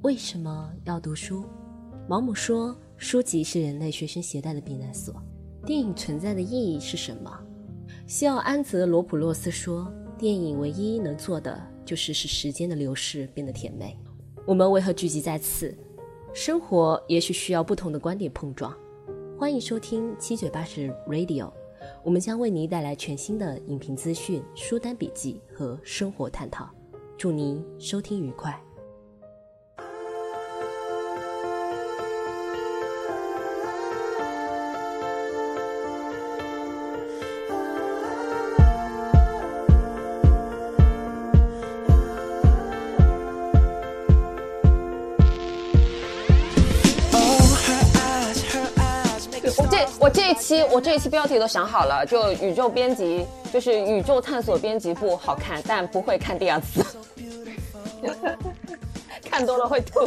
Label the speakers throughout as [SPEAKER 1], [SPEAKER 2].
[SPEAKER 1] 为什么要读书？毛姆说，书籍是人类随身携带的避难所。电影存在的意义是什么？西奥安泽罗普洛斯说，电影唯一能做的就是使时间的流逝变得甜美。我们为何聚集在此？生活也许需要不同的观点碰撞。欢迎收听七嘴八舌 Radio， 我们将为您带来全新的影评资讯、书单笔记和生活探讨。祝您收听愉快。
[SPEAKER 2] 我这一期标题都想好了，就宇宙编辑，就是宇宙探索编辑部好看，但不会看第二次，看多了会吐。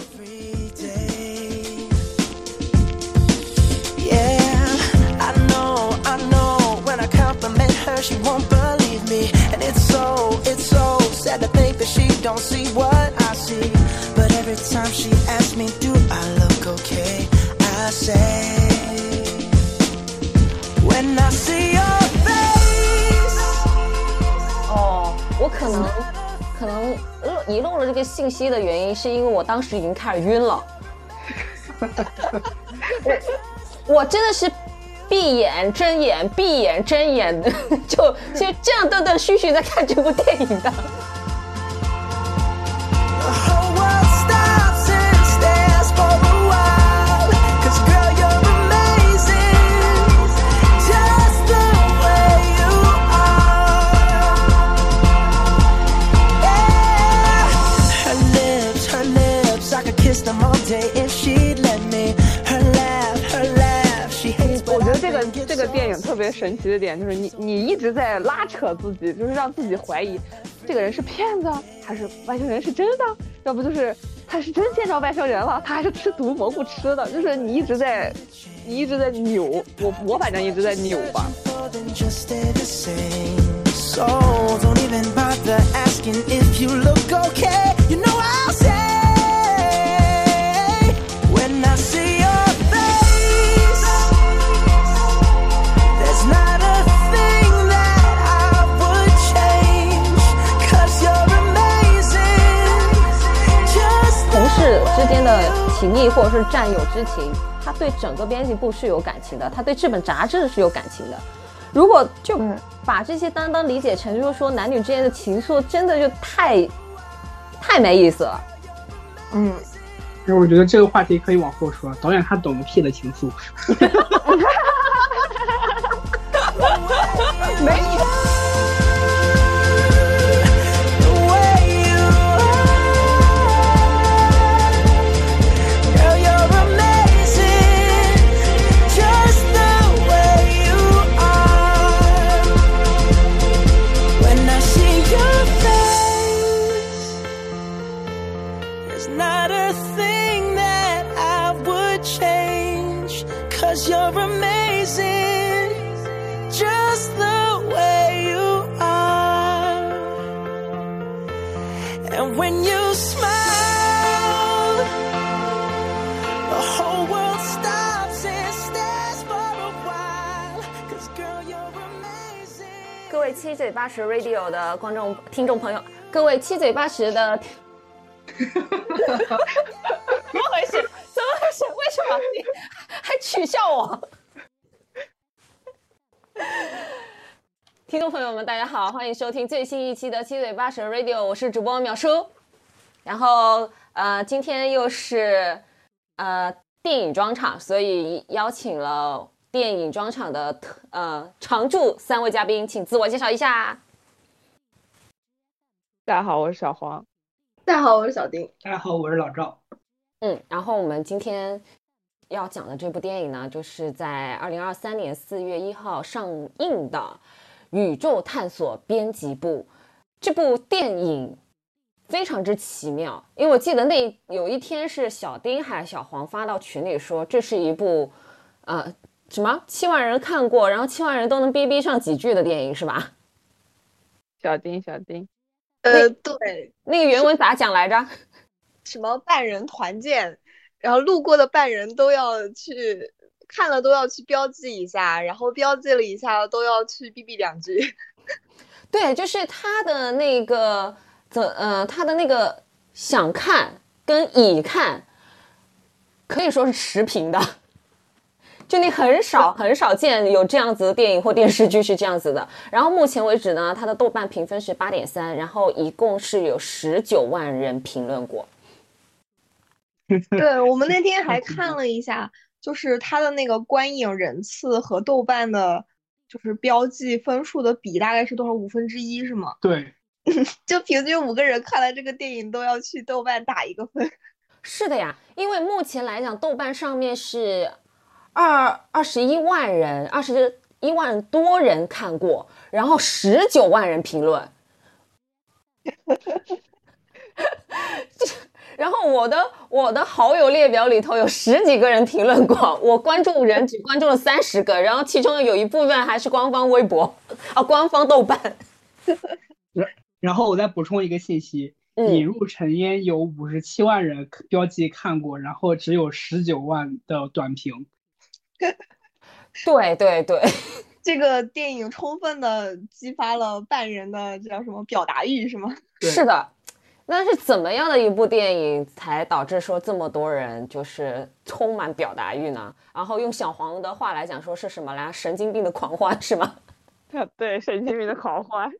[SPEAKER 3] When I see your face
[SPEAKER 2] 我可能遗漏了这个信息的原因，是因为我当时已经开始晕了。我真的是闭眼睁眼闭眼睁眼就这样断断续续在看这部电影的。
[SPEAKER 4] 我觉得这个电影特别神奇的点就是你一直在拉扯自己，就是让自己怀疑这个人是骗子还是外星人是真的，要不就是他是真见着外星人了，他还是吃毒蘑菇吃的，就是你一直在扭，我反正一直在扭吧。So don't even bother asking if you look okay. You know I'll say when I see your face, there's not a thing that I would change, 'cause you're amazing. Just
[SPEAKER 2] 同事之间的情谊或者是战友之情，他对整个编辑部是有感情的，他对这本杂志是有感情的。如果就把这些当理解成就是说男女之间的情愫，真的就太没意思了。
[SPEAKER 5] 我觉得这个话题可以往后说，导演他懂个屁的情愫。
[SPEAKER 2] 没有。
[SPEAKER 3] You're amazing, just the way you are. And when you smile, the whole world stops and stares for a while. 'Cause girl, you're amazing.
[SPEAKER 2] 各位七嘴八舌 Radio 的听众朋友，各位七嘴八舌的怎么回事？为什么你还取笑我？听众朋友们大家好，欢迎收听最新一期的七嘴八舌 Radio， 我是主播淼叔。然后今天又是电影专场，所以邀请了电影专场的常驻3位嘉宾，请自我介绍一下。
[SPEAKER 4] 大家好，我是小黄。
[SPEAKER 6] 大家好，我是小丁。
[SPEAKER 5] 大家好，我是老赵。
[SPEAKER 2] 然后我们今天要讲的这部电影呢，就是在2023年4月1号上映的《宇宙探索编辑部》。这部电影非常之奇妙，因为我记得有一天是小丁还是小黄发到群里说，这是一部什么7万人看过，然后7万人都能逼上几句的电影，是吧？
[SPEAKER 4] 小丁，
[SPEAKER 6] 对，
[SPEAKER 2] 那个原文咋讲来着？
[SPEAKER 6] 什么半人团建，然后路过的半人都要去看了都要去标记一下，然后标记了一下都要去逼逼两句。
[SPEAKER 2] 对，就是他的那个他的那个想看跟已看可以说是持平的。就你很少见有这样子的电影或电视剧是这样子的。然后目前为止呢，它的豆瓣评分是8.3，然后一共是有19万人评论过。
[SPEAKER 6] 对，我们那天还看了一下，就是它的那个观影人次和豆瓣的，就是标记分数的比大概是多少1/5是吗？
[SPEAKER 5] 对，
[SPEAKER 6] 就平均5个人看了这个电影都要去豆瓣打1个分。
[SPEAKER 2] 是的呀，因为目前来讲，豆瓣上面是21万人，21万多人看过，然后19万人评论。然后我的好友列表里头有10几个人评论过，我关注人只关注了30个，然后其中有一部分还是官方微博官方豆瓣。
[SPEAKER 5] 然后我再补充一个信息，引入尘烟有57万人标记看过，然后只有19万的短评。
[SPEAKER 2] 对对对，
[SPEAKER 6] 这个电影充分的激发了半人的这叫什么表达欲是吗？
[SPEAKER 2] 是的。那是怎么样的一部电影才导致说这么多人就是充满表达欲呢？然后用小黄的话来讲，说是什么来？神经病的狂欢是吗？
[SPEAKER 4] 对，神经病的狂欢。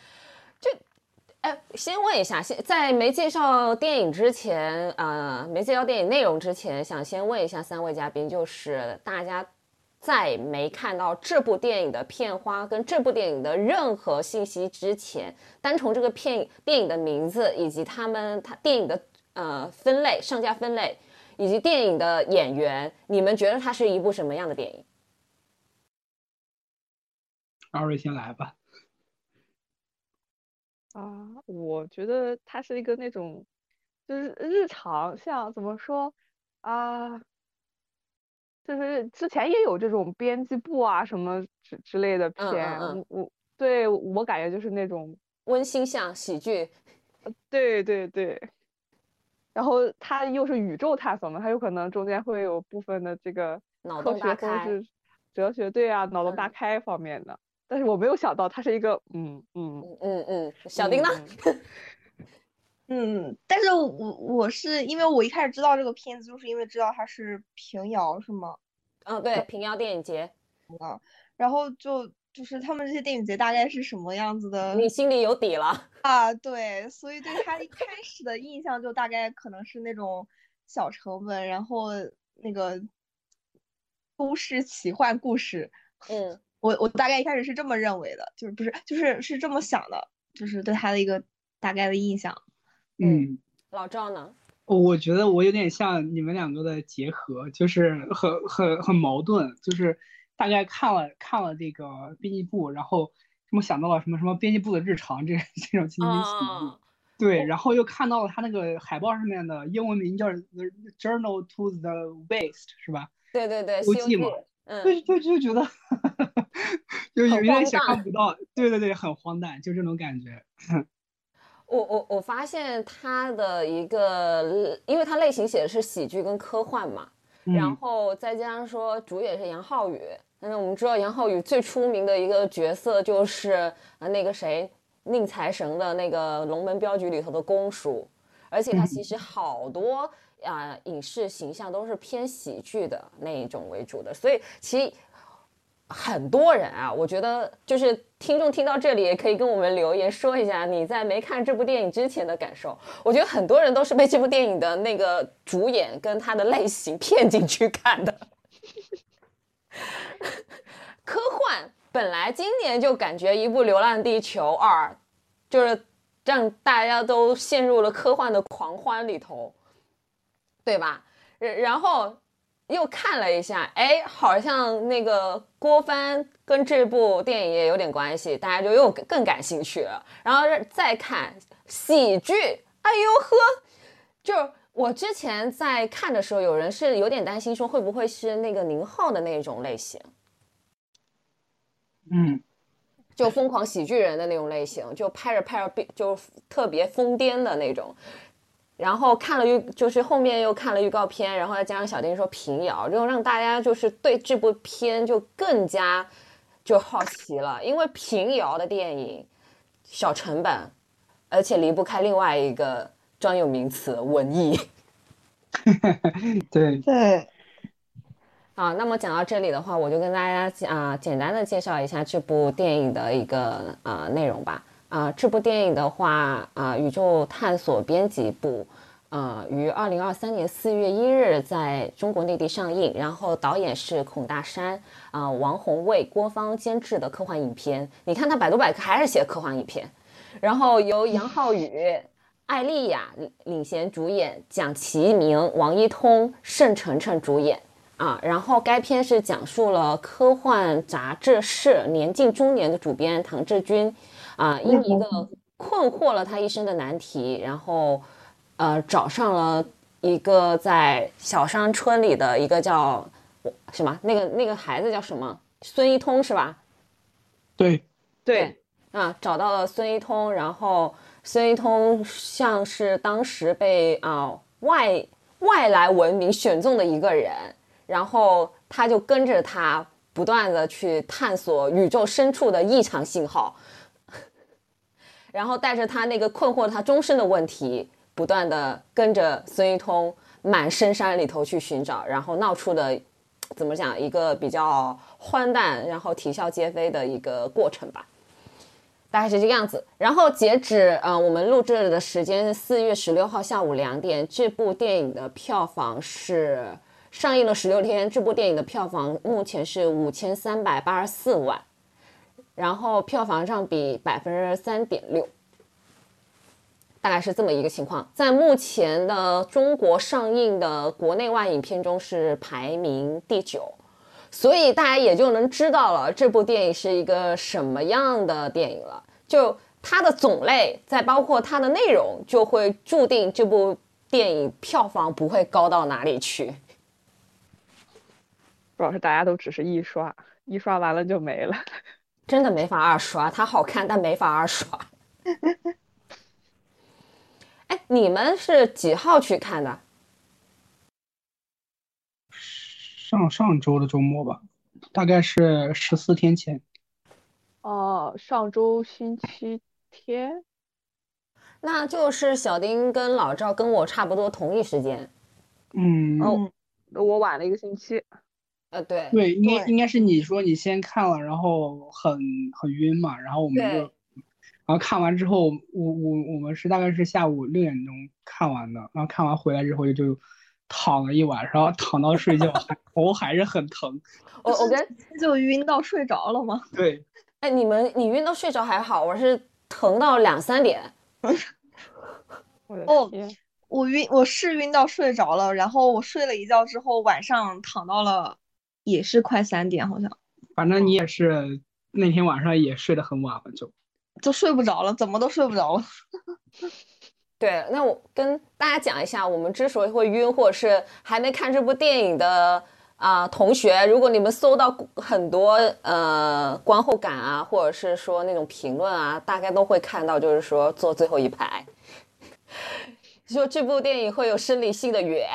[SPEAKER 2] 先问一下，在没介绍电影之前，没介绍电影内容之前，想先问一下3位嘉宾，就是大家在没看到这部电影的片花跟这部电影的任何信息之前，单从这个电影的名字以及它电影的分类上架分类以及电影的演员，你们觉得它是一部什么样的电影？
[SPEAKER 5] 二位先来吧。
[SPEAKER 4] 我觉得它是一个那种，就是日常，像怎么说啊，就是之前也有这种编辑部什么之类的片，对我感觉就是那种
[SPEAKER 2] 温馨向喜剧。
[SPEAKER 4] 对对对，然后它又是宇宙探索嘛，它有可能中间会有部分的这个
[SPEAKER 2] 脑
[SPEAKER 4] 科学
[SPEAKER 2] 洞大开。
[SPEAKER 4] 或者是哲学，对脑洞大开方面的。但是我没有想到它是一个
[SPEAKER 2] 小丁呢？
[SPEAKER 6] 但是我是因为我一开始知道这个片子，就是因为知道它是平遥是吗？
[SPEAKER 2] 对，平遥电影节。
[SPEAKER 6] 然后就是他们这些电影节大概是什么样子的，
[SPEAKER 2] 你心里有底了
[SPEAKER 6] 对，所以对他一开始的印象就大概可能是那种小成本，然后那个都市奇幻故事。我大概一开始是这么认为的，就是不是是这么想的，就是对他的一个大概的印象。
[SPEAKER 2] 老赵呢？
[SPEAKER 5] 我觉得我有点像你们两个的结合，就是很矛盾，就是大概看了这个编辑部，然后什么想到了什么编辑部的日常这种情景喜剧，对，然后又看到了他那个海报上面的英文名叫 The Journal to the Waste 是吧？
[SPEAKER 2] 对对对，
[SPEAKER 5] 西游记嘛，就觉得就有点想象不到，对对对，很荒诞，就这种感觉。
[SPEAKER 2] 我发现他的一个，因为他类型写的是喜剧跟科幻嘛，然后再加上说主演是杨浩宇，那我们知道杨浩宇最出名的一个角色就是那个谁宁财神的那个龙门镖局里头的公叔，而且他其实好多影视形象都是偏喜剧的那一种为主的，所以其实很多人我觉得就是听众听到这里也可以跟我们留言说一下你在没看这部电影之前的感受。我觉得很多人都是被这部电影的那个主演跟他的类型骗进去看的。科幻本来今年就感觉一部《流浪地球2》就是让大家都陷入了科幻的狂欢里头，对吧？然后又看了一下，好像那个郭帆跟这部电影也有点关系，大家就又更感兴趣了。然后再看喜剧，哎呦呵，就我之前在看的时候，有人是有点担心说会不会是那个宁浩的那种类型，就疯狂喜剧人的那种类型，就拍着就特别疯癫的那种。 然后看了就是后面又看了预告片，然后再加上小丁说平遥，就让大家就是对这部片就更加就好奇了，因为平遥的电影小成本，而且离不开另外一个专有名词文艺。
[SPEAKER 5] 对
[SPEAKER 6] 对，
[SPEAKER 2] 那么讲到这里的话，我就跟大家简单的介绍一下这部电影的一个内容吧。这部电影的话，宇宙探索编辑部，于2023年4月1日在中国内地上映。然后导演是孔大山，王宏卫、郭芳监制的科幻影片。你看他百度百科还是写科幻影片。然后由杨浩宇、艾丽亚领衔主演，蒋奇明、王一通、盛晨晨主演。然后该片是讲述了科幻杂志社年近中年的主编唐志军，因一个困惑了他一生的难题，然后找上了一个在小山村里的一个叫什么那个孩子叫什么孙一通是吧？
[SPEAKER 5] 对
[SPEAKER 4] 对，
[SPEAKER 2] 找到了孙一通，然后孙一通像是当时被外来文明选中的一个人。然后他就跟着他不断的去探索宇宙深处的异常信号，然后带着他那个困惑他终身的问题，不断的跟着孙一通满深山里头去寻找，然后闹出的怎么讲一个比较荒诞然后啼笑皆非的一个过程吧，大概是这个样子。然后截止我们录制的时间4月16号下午2点，这部电影的票房是上映了16天，这部电影的票房目前是5384万，然后票房占比3.6%，大概是这么一个情况。在目前的中国上映的国内外影片中是排名第9，所以大家也就能知道了这部电影是一个什么样的电影了。就它的种类，再包括它的内容，就会注定这部电影票房不会高到哪里去。
[SPEAKER 4] 主要是大家都只是一刷完了就没了，
[SPEAKER 2] 真的没法二刷，它好看但没法二刷。哎，你们是几号去看的？
[SPEAKER 5] 上周的周末吧，大概是14天前。
[SPEAKER 4] 上周星期天。
[SPEAKER 2] 那就是小丁跟老赵跟我差不多同一时间。
[SPEAKER 4] 我晚了1个星期。
[SPEAKER 2] 对，
[SPEAKER 5] 应该是你说你先看了，然后很晕嘛，然后我们就，然后看完之后，我们大概是下午6点钟看完的，然后看完回来之后就躺了一晚上，躺到睡觉，头还是很疼。
[SPEAKER 2] 我跟
[SPEAKER 6] 就晕到睡着了吗？
[SPEAKER 5] 对。
[SPEAKER 2] 哎，你晕到睡着还好，我是疼到2、3点。
[SPEAKER 6] 我是晕到睡着了，然后我睡了一觉之后，晚上躺到了也是快3点，好像。
[SPEAKER 5] 反正你也是那天晚上也睡得很晚了，
[SPEAKER 6] 就睡不着了，怎么都睡不着了。
[SPEAKER 2] 对，那我跟大家讲一下，我们之所以会晕，或者是还没看这部电影的同学，如果你们搜到很多观后感啊，或者是说那种评论啊，大概都会看到，就是说坐最后一排，说这部电影会有生理性的远。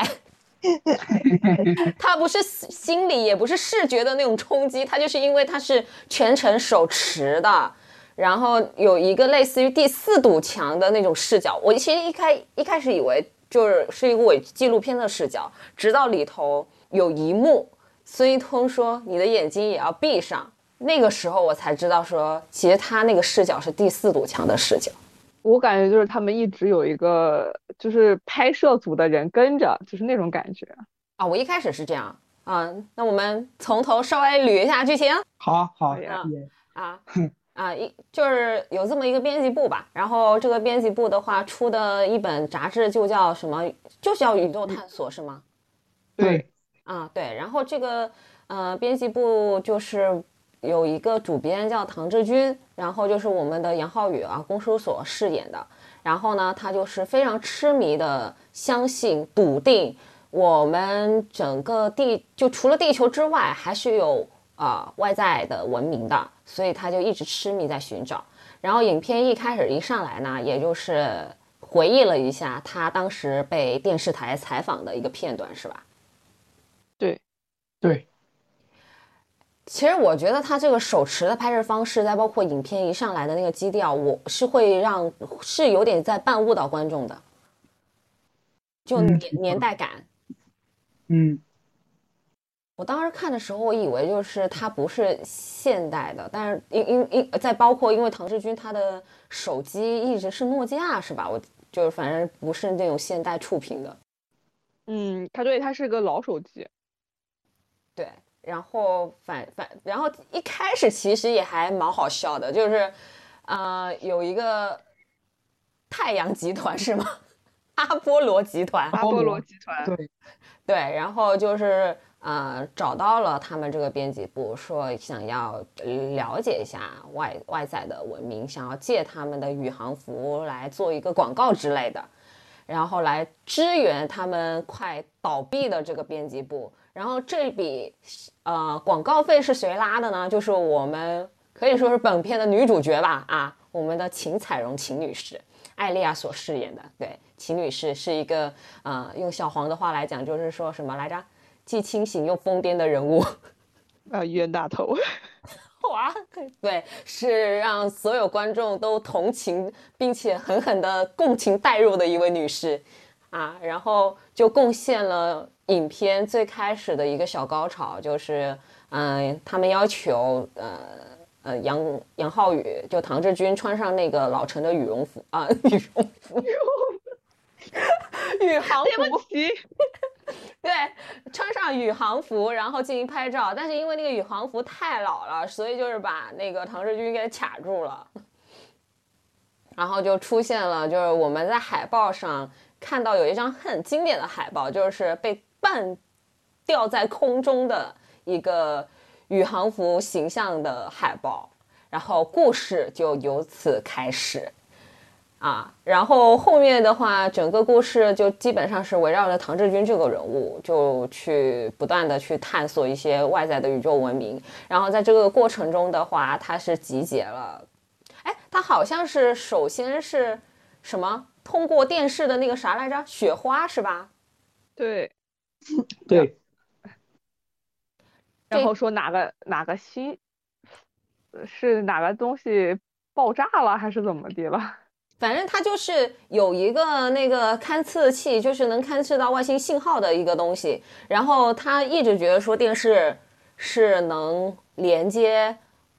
[SPEAKER 2] 它不是心理也不是视觉的那种冲击，它就是因为它是全程手持的，然后有一个类似于第4堵墙的那种视角。我其实一开始以为是一个伪纪录片的视角，直到里头有一幕孙一通说你的眼睛也要闭上，那个时候我才知道说其实他那个视角是第4堵墙的视角。
[SPEAKER 4] 我感觉就是他们一直有一个就是拍摄组的人跟着，就是那种感觉
[SPEAKER 2] 我一开始是这样那我们从头稍微捋一下剧情。
[SPEAKER 5] 好
[SPEAKER 2] 就是有这么一个编辑部吧，然后这个编辑部的话出的一本杂志就叫什么，就是叫宇宙探索是吗？
[SPEAKER 5] 对
[SPEAKER 2] 对，然后这个编辑部就是有一个主编叫唐志军，然后就是我们的杨浩宇公叔所饰演的。然后呢，他就是非常痴迷的相信笃定我们整个就除了地球之外还是有外在的文明的，所以他就一直痴迷在寻找。然后影片一开始一上来呢，也就是回忆了一下他当时被电视台采访的一个片段，是吧？
[SPEAKER 4] 对
[SPEAKER 5] 对，
[SPEAKER 2] 其实我觉得他这个手持的拍摄方式，再包括影片一上来的那个基调，我是会是有点在半误导观众的，就年代感。我当时看的时候，我以为就是它不是现代的，但是再包括因为唐志军他的手机一直是诺基亚是吧？我就是反正不是那种现代触屏的。
[SPEAKER 4] 它是个老手机。
[SPEAKER 2] 对，然后然后一开始其实也还蛮好笑的，就是有一个太阳集团是吗？阿波罗集团。
[SPEAKER 4] 阿波罗集团。
[SPEAKER 2] 对，然后就是找到了他们这个编辑部，说想要了解一下外在的文明，想要借他们的宇航服来做一个广告之类的，然后来支援他们快倒闭的这个编辑部。然后这笔广告费是谁拉的呢？就是我们可以说是本片的女主角吧，我们的秦彩荣秦女士，艾丽亚所饰演的。对，秦女士是一个用小黄的话来讲，就是说什么来着？既清醒又疯癫的人物。
[SPEAKER 4] 冤大头。
[SPEAKER 2] 哇，对，是让所有观众都同情并且狠狠的共情代入的一位女士然后就贡献了影片最开始的一个小高潮，就是他们要求杨浩宇就唐志军穿上那个老陈的羽绒服宇航服。
[SPEAKER 4] 对不起。
[SPEAKER 2] 对，穿上宇航服然后进行拍照，但是因为那个宇航服太老了，所以就是把那个唐志军给卡住了，然后就出现了就是我们在海报上看到有一张很经典的海报，就是被半吊在空中的一个宇航服形象的海报，然后故事就由此开始然后后面的话整个故事就基本上是围绕着唐志军这个人物，就去不断的去探索一些外在的宇宙文明，然后在这个过程中的话他是集结了他好像是首先是什么通过电视的那个啥来着，雪花是吧？
[SPEAKER 4] 对。然后说哪个星是哪个东西爆炸了还是怎么的了？
[SPEAKER 2] 反正它就是有一个那个勘测器，就是能勘测到外星信号的一个东西，然后他一直觉得说电视是能连接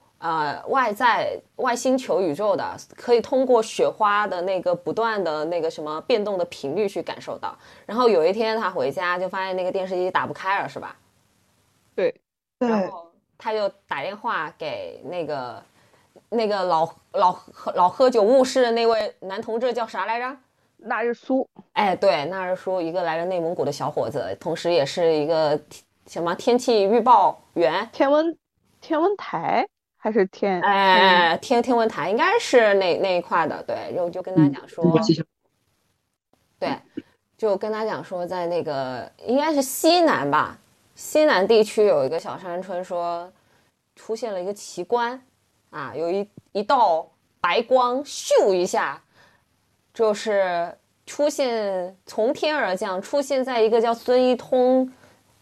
[SPEAKER 2] 外星球宇宙的，可以通过雪花的那个不断的那个什么变动的频率去感受到。然后有一天他回家就发现那个电视机打不开了，是吧？
[SPEAKER 4] 对。
[SPEAKER 2] 然后他就打电话给那个老喝酒误事的那位男同志叫啥来着？
[SPEAKER 4] 那日苏。
[SPEAKER 2] 对，那日苏，一个来自内蒙古的小伙子，同时也是一个什么天气预报员，
[SPEAKER 4] 天文台还是天
[SPEAKER 2] 文台，应该是那一块的。对，就跟他讲说，对，就跟他讲说，在那个应该是西南吧，西南地区有一个小山村，说出现了一个奇观有一道白光咻一下，就是出现从天而降，出现在一个叫孙一通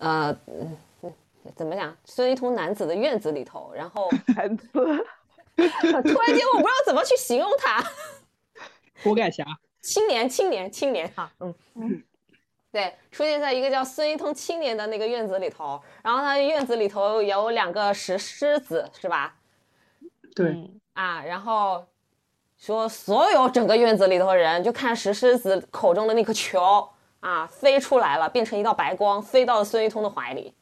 [SPEAKER 2] 怎么讲，孙一通男子的院子里头，然后
[SPEAKER 4] 男子
[SPEAKER 2] 突然间我不知道怎么去形容他，
[SPEAKER 5] 锅盖侠，
[SPEAKER 2] 青年对，出现在一个叫孙一通青年的那个院子里头，然后他院子里头有2个石狮子，是吧？
[SPEAKER 5] 对
[SPEAKER 2] 然后说所有整个院子里头的人就看石狮子口中的那颗球飞出来了，变成一道白光，飞到了孙一通的怀里。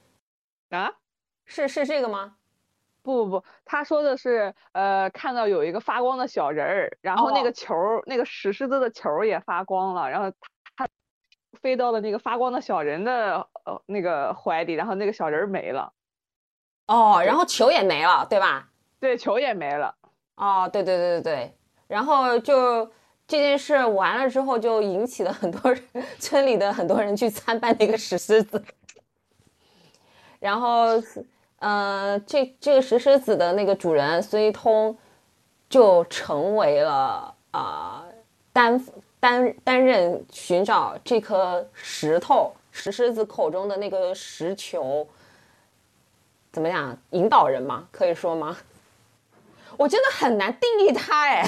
[SPEAKER 2] 是这个吗？
[SPEAKER 4] 不，他说的是看到有一个发光的小人儿，然后那个球那个石狮子的球也发光了，然后他飞到了那个发光的小人的那个怀里，然后那个小人没了。
[SPEAKER 2] 然后球也没了，对吧？
[SPEAKER 4] 对，球也没了。
[SPEAKER 2] 对，然后就这件事完了之后，就引起了很多人村里的很多人去参拜那个石狮子，然后这个石狮子的那个主人孙一通就成为了担任寻找这颗石头石狮子口中的那个石球，怎么样？引导人吗？可以说吗？我真的很难定义它哎。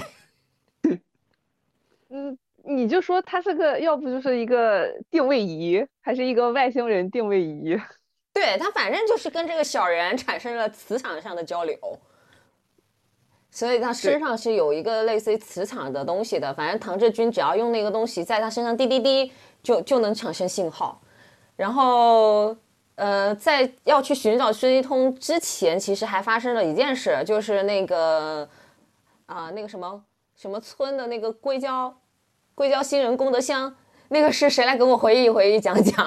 [SPEAKER 4] 你就说它是个，要不就是一个定位仪，还是一个外星人定位仪？
[SPEAKER 2] 对，它反正就是跟这个小人产生了磁场上的交流，所以他身上是有一个类似于磁场的东西的。反正唐志军只要用那个东西在他身上滴滴滴，就能产生信号。然后在要去寻找孙一通之前，其实还发生了一件事，就是那个那个什么村的那个硅胶新人功德箱，那个是谁来给我回忆讲讲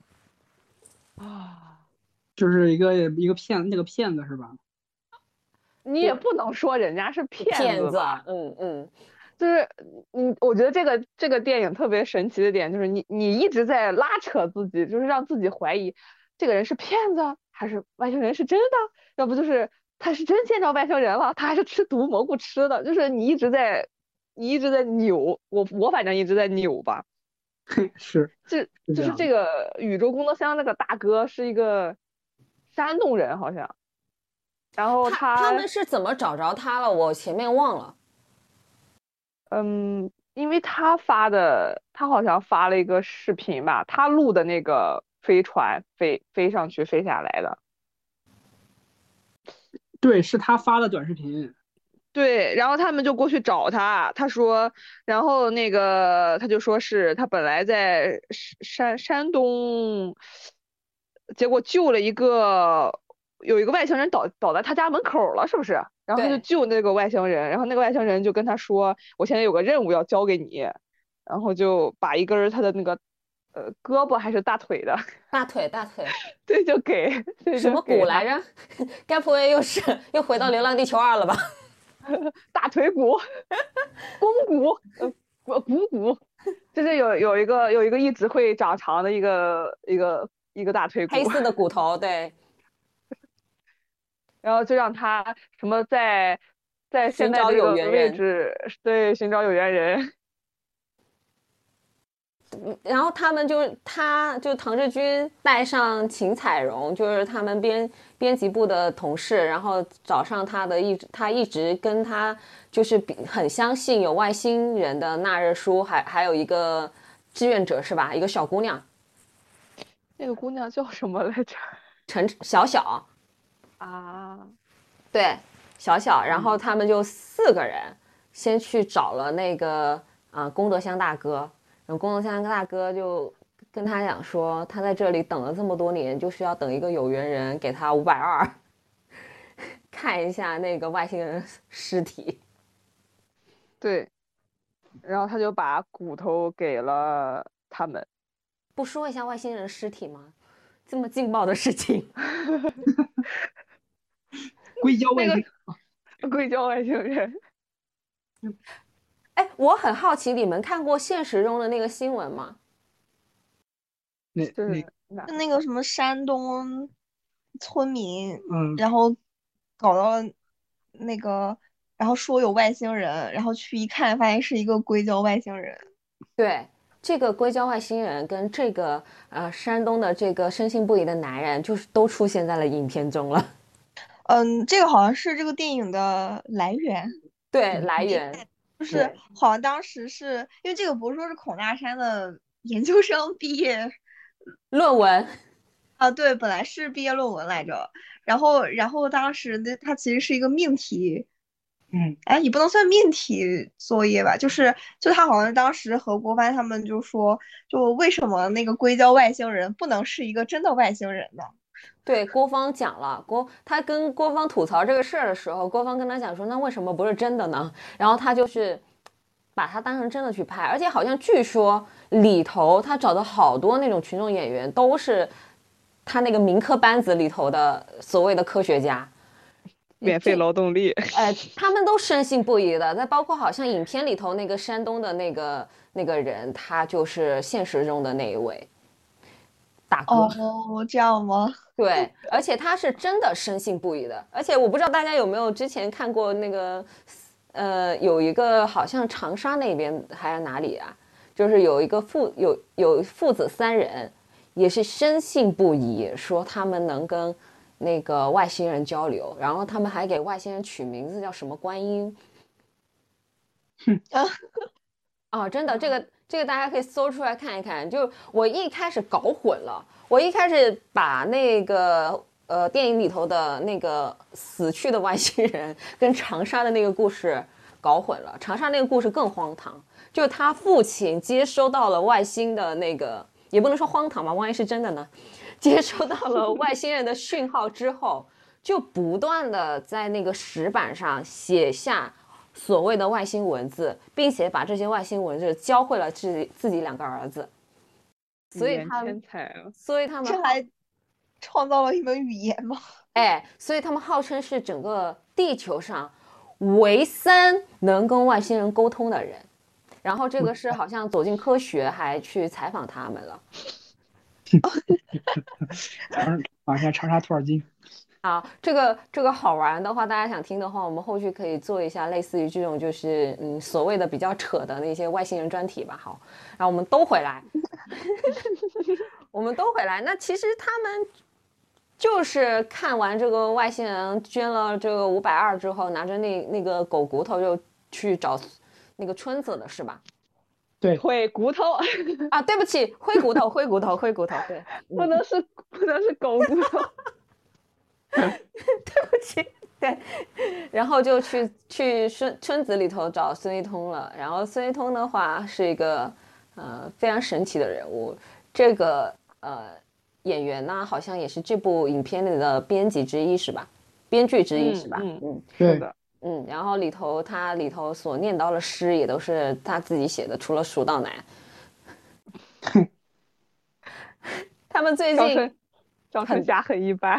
[SPEAKER 4] 啊？
[SPEAKER 5] 就是一个那个骗子是吧？
[SPEAKER 4] 你也不能说人家是骗子吧？就是我觉得这个电影特别神奇的点就是你一直在拉扯自己，就是让自己怀疑这个人是骗子还是外星人是真的，要不就是他是真见着外星人了，他还是吃毒蘑菇吃的，就是你一直在扭，我反正一直在扭吧。
[SPEAKER 5] 是，
[SPEAKER 4] 就是这个宇宙功德箱那个大哥是一个山东人好像，然后
[SPEAKER 2] 他们是怎么找着他了？我前面忘了。
[SPEAKER 4] 因为他好像发了一个视频吧，他录的那个飞船飞上去飞下来的。
[SPEAKER 5] 对，是他发的短视频。
[SPEAKER 4] 对，然后他们就过去找他，他说，然后那个他就说是他本来在山东，结果救了有一个外星人倒在他家门口了，是不是？然后他就救那个外星人，然后那个外星人就跟他说，我现在有个任务要交给你，然后就把一根他的那个胳膊还是大腿的
[SPEAKER 2] 大腿
[SPEAKER 4] 对，就给
[SPEAKER 2] 什么骨来着？该不会又回到《流浪地球2》了吧？
[SPEAKER 4] 大腿骨、肱骨、股骨，就是有一个一直会长长的一个大腿骨，
[SPEAKER 2] 黑色的骨头，对。
[SPEAKER 4] 然后就让他什么在现在这个位置，对，寻找有缘人。
[SPEAKER 2] 然后他唐志军带上秦彩荣，就是他们编辑部的同事，然后找上他一直跟他就是很相信有外星人的纳日书，还有一个志愿者是吧？一个小姑娘，
[SPEAKER 4] 那个姑娘叫什么来着？
[SPEAKER 2] 小小
[SPEAKER 4] 啊，
[SPEAKER 2] 对，小小。然后他们就4个人先去找了那个功德箱大哥。然后功德箱大哥就跟他讲说，他在这里等了这么多年，就是要等一个有缘人给他520，看一下那个外星人尸体。
[SPEAKER 4] 对，然后他就把骨头给了他们。
[SPEAKER 2] 不说一下外星人尸体吗？这么劲爆的事情。
[SPEAKER 5] 硅胶外星
[SPEAKER 4] 人，硅胶外星人。
[SPEAKER 2] 哎，我很好奇，你们看过现实中的那个新闻吗？
[SPEAKER 6] 那个什么山东村民，然后搞到那个，然后说有外星人，然后去一看，发现是一个硅胶外星人。
[SPEAKER 2] 对，这个硅胶外星人跟这个山东的这个深信不疑的男人，就是都出现在了影片中了。
[SPEAKER 6] 这个好像是这个电影的来源。
[SPEAKER 2] 对，来源
[SPEAKER 6] 就是好像当时是因为这个不是说是孔大山的研究生毕业
[SPEAKER 2] 论文
[SPEAKER 6] 啊，对，本来是毕业论文来着，然后当时它其实是一个命题，哎，你不能算命题作业吧，就他好像当时和郭帆他们就说，就为什么那个硅胶外星人不能是一个真的外星人呢？
[SPEAKER 2] 对，郭芳讲了，他跟郭芳吐槽这个事儿的时候，郭芳跟他讲说，那为什么不是真的呢？然后他就是把他当成真的去拍，而且好像据说里头他找的好多那种群众演员都是他那个民科班子里头的所谓的科学家，
[SPEAKER 4] 免费劳动力。
[SPEAKER 2] 他们都深信不疑的。再包括好像影片里头那个山东的那个人，他就是现实中的那一位大哥。
[SPEAKER 6] 哦，这样吗？
[SPEAKER 2] 对，而且他是真的深信不疑的。而且我不知道大家有没有之前看过那个有一个好像长沙那边还是哪里啊， 就是有一个父子三人，也是深信不疑，说他们能跟那个外星人交流，然后他们还给外星人取名字叫什么观音。真的，这个大家可以搜出来看一看。就我一开始搞混了，我一开始把那个电影里头的那个死去的外星人跟长沙的那个故事搞混了。长沙那个故事更荒唐，就他父亲接收到了外星的那个，也不能说荒唐吧，万一是真的呢？接收到了外星人的讯号之后，就不断的在那个石板上写下所谓的外星文字，并且把这些外星文字教会了自己两个儿子，所以他们
[SPEAKER 6] 这还创造了一门语言吗？
[SPEAKER 2] 所以他们号称是整个地球上唯三能跟外星人沟通的人。然后这个是好像走进科学还去采访他们了。
[SPEAKER 5] 往下查查托尔金。
[SPEAKER 2] 好，这个好玩的话，大家想听的话，我们后续可以做一下类似于这种就是所谓的比较扯的那些外星人专题吧。好，然后我们都回来，那其实他们就是看完这个外星人捐了这个520之后，拿着那个狗骨头就去找那个村子了，是吧？
[SPEAKER 5] 对，
[SPEAKER 4] 灰骨头
[SPEAKER 2] 啊，对不起，灰骨头，对，
[SPEAKER 4] 不能是狗骨头。
[SPEAKER 2] 对不起，对，然后就去村子里头找孙一通了。然后孙一通的话是一个非常神奇的人物，这个演员呢好像也是这部影片里的编剧之一是吧？
[SPEAKER 4] 是的。
[SPEAKER 2] 然后他里头所念叨的诗也都是他自己写的，除了《蜀道难》。他们最近
[SPEAKER 4] 赵春霞很一般。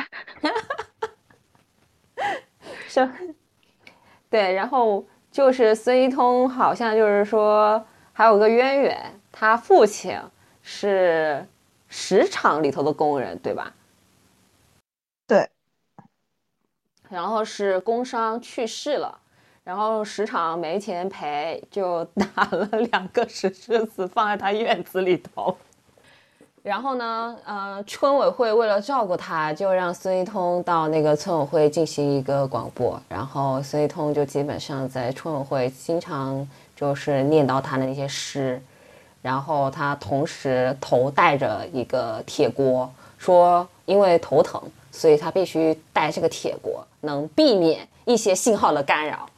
[SPEAKER 2] 是，对，然后就是孙一通好像就是说还有个渊源，他父亲是石厂里头的工人，对吧？
[SPEAKER 6] 对。
[SPEAKER 2] 然后是工伤去世了，然后石厂没钱赔，就打了2个石狮子放在他院子里头。然后呢，村委会为了照顾他，就让孙一通到那个村委会进行一个广播。然后孙一通就基本上在村委会经常就是念叨他的那些诗。然后他同时头戴着一个铁锅，说因为头疼，所以他必须带这个铁锅，能避免一些信号的干扰。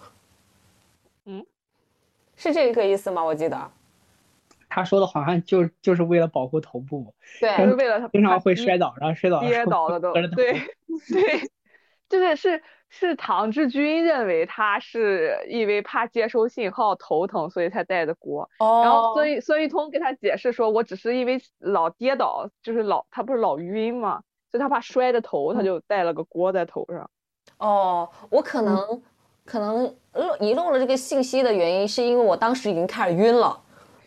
[SPEAKER 2] 是这个意思吗？我记得。
[SPEAKER 5] 他说的好像就是为了保护头部，
[SPEAKER 2] 对，
[SPEAKER 4] 就是为了他
[SPEAKER 5] 经常会摔倒，然后
[SPEAKER 4] 跌倒了都，对，就是唐志军认为他是因为怕接收信号头疼，所以才带的锅。然后孙一通给他解释说，我只是因为老跌倒，就是他不是老晕嘛，所以他怕摔着头，他就带了个锅在头上。
[SPEAKER 2] 我可能遗漏了这个信息的原因，是因为我当时已经开始晕了。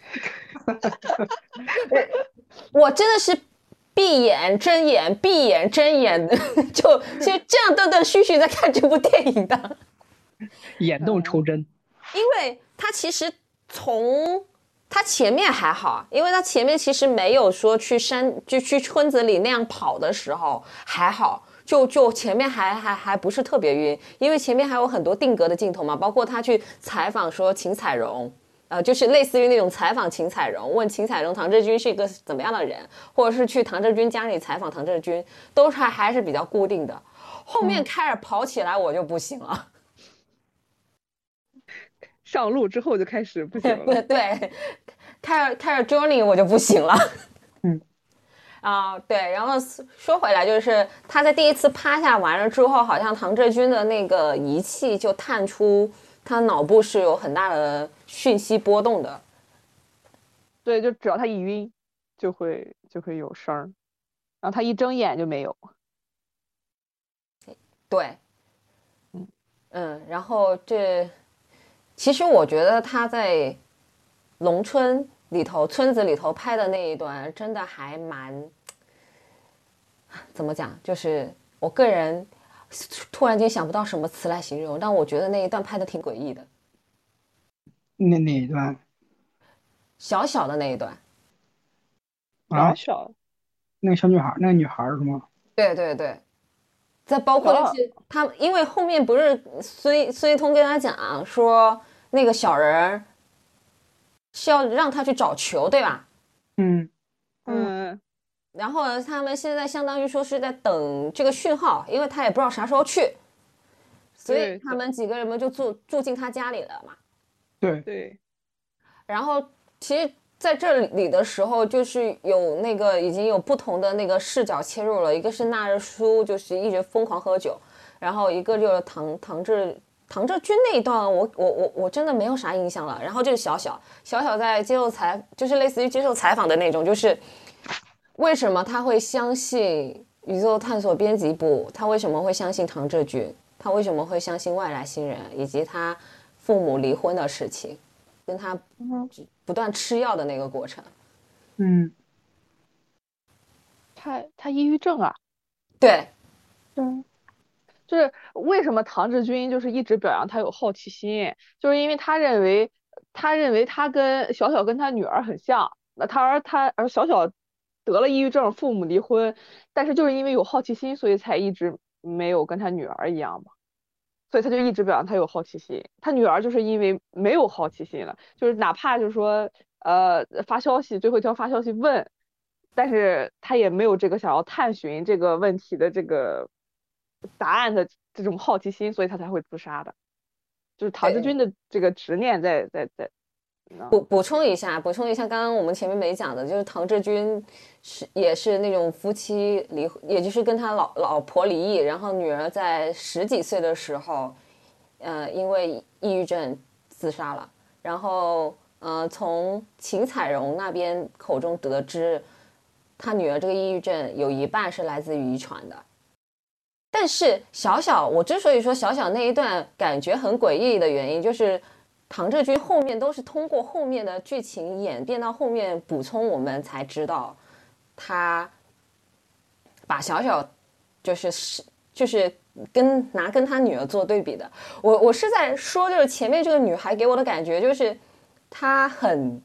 [SPEAKER 2] 我真的是闭眼睁眼就这样断断续续在看这部电影的，
[SPEAKER 5] 眼动抽针。
[SPEAKER 2] 因为他其实他前面还好，因为他前面其实没有说去村子里那样跑的时候还好，就前面还不是特别晕，因为前面还有很多定格的镜头嘛，包括他去采访说秦彩荣。就是类似于那种采访秦彩荣，问秦彩荣唐志军是一个怎么样的人，或者是去唐志军家里采访唐志军，都是还是比较固定的。后面开始跑起来我就不行了，
[SPEAKER 4] 上路之后就开始不行了。
[SPEAKER 2] 对，开始 journey 我就不行了。对，然后说回来，就是他在第一次趴下完了之后，好像唐志军的那个仪器就探出他脑部是有很大的讯息波动的。
[SPEAKER 4] 对，就只要他一晕就会有声儿，然后他一睁眼就没有。
[SPEAKER 2] 对，然后其实我觉得他在农村里头村子里头拍的那一段真的还蛮怎么讲，就是我个人突然间想不到什么词来形容，但我觉得那一段拍的挺诡异的。
[SPEAKER 5] 哪一段？
[SPEAKER 2] 小小的那一段。
[SPEAKER 5] 啊，
[SPEAKER 4] 小
[SPEAKER 5] 那个小女孩，那个女孩是吗？
[SPEAKER 2] 对对对，再包括就是他，因为后面不是孙一通跟他讲说那个小人是要让他去找球，对吧？然后他们现在相当于说是在等这个讯号，因为他也不知道啥时候去，所以他们几个人们就住进他家里了嘛。
[SPEAKER 4] 对。
[SPEAKER 2] 然后其实在这里的时候，就是有那个已经有不同的那个视角切入了，一个是纳日苏，就是一直疯狂喝酒，然后一个就是唐志军那一段我真的没有啥印象了。然后就是小小在接受就是类似于接受采访的那种，就是为什么他会相信宇宙探索编辑部，他为什么会相信唐志军，他为什么会相信外来星人，以及他父母离婚的事情，跟他不断吃药的那个过程。
[SPEAKER 4] 他抑郁症啊。
[SPEAKER 2] 对，
[SPEAKER 4] 就是为什么唐志军就是一直表扬他有好奇心，就是因为他认为他跟小小跟他女儿很像，那而小小得了抑郁症，父母离婚，但是就是因为有好奇心，所以才一直没有跟他女儿一样嘛，所以他就一直表扬他有好奇心。他女儿就是因为没有好奇心了，就是哪怕就是说发消息最后一条发消息问，但是他也没有这个想要探寻这个问题的这个答案的这种好奇心，所以他才会自杀的。就是唐志军的这个执念在。
[SPEAKER 2] 补充一下，刚刚我们前面没讲的，就是唐志军也是那种夫妻离婚，也就是跟他老婆离异，然后女儿在10几岁的时候，因为抑郁症自杀了。然后从秦彩荣那边口中得知，他女儿这个抑郁症有一半是来自于遗传的。但是我之所以说小小那一段感觉很诡异的原因，就是唐志军后面都是通过后面的剧情演变到后面补充，我们才知道他把小就是跟他女儿做对比的。我是在说，就是前面这个女孩给我的感觉就是她很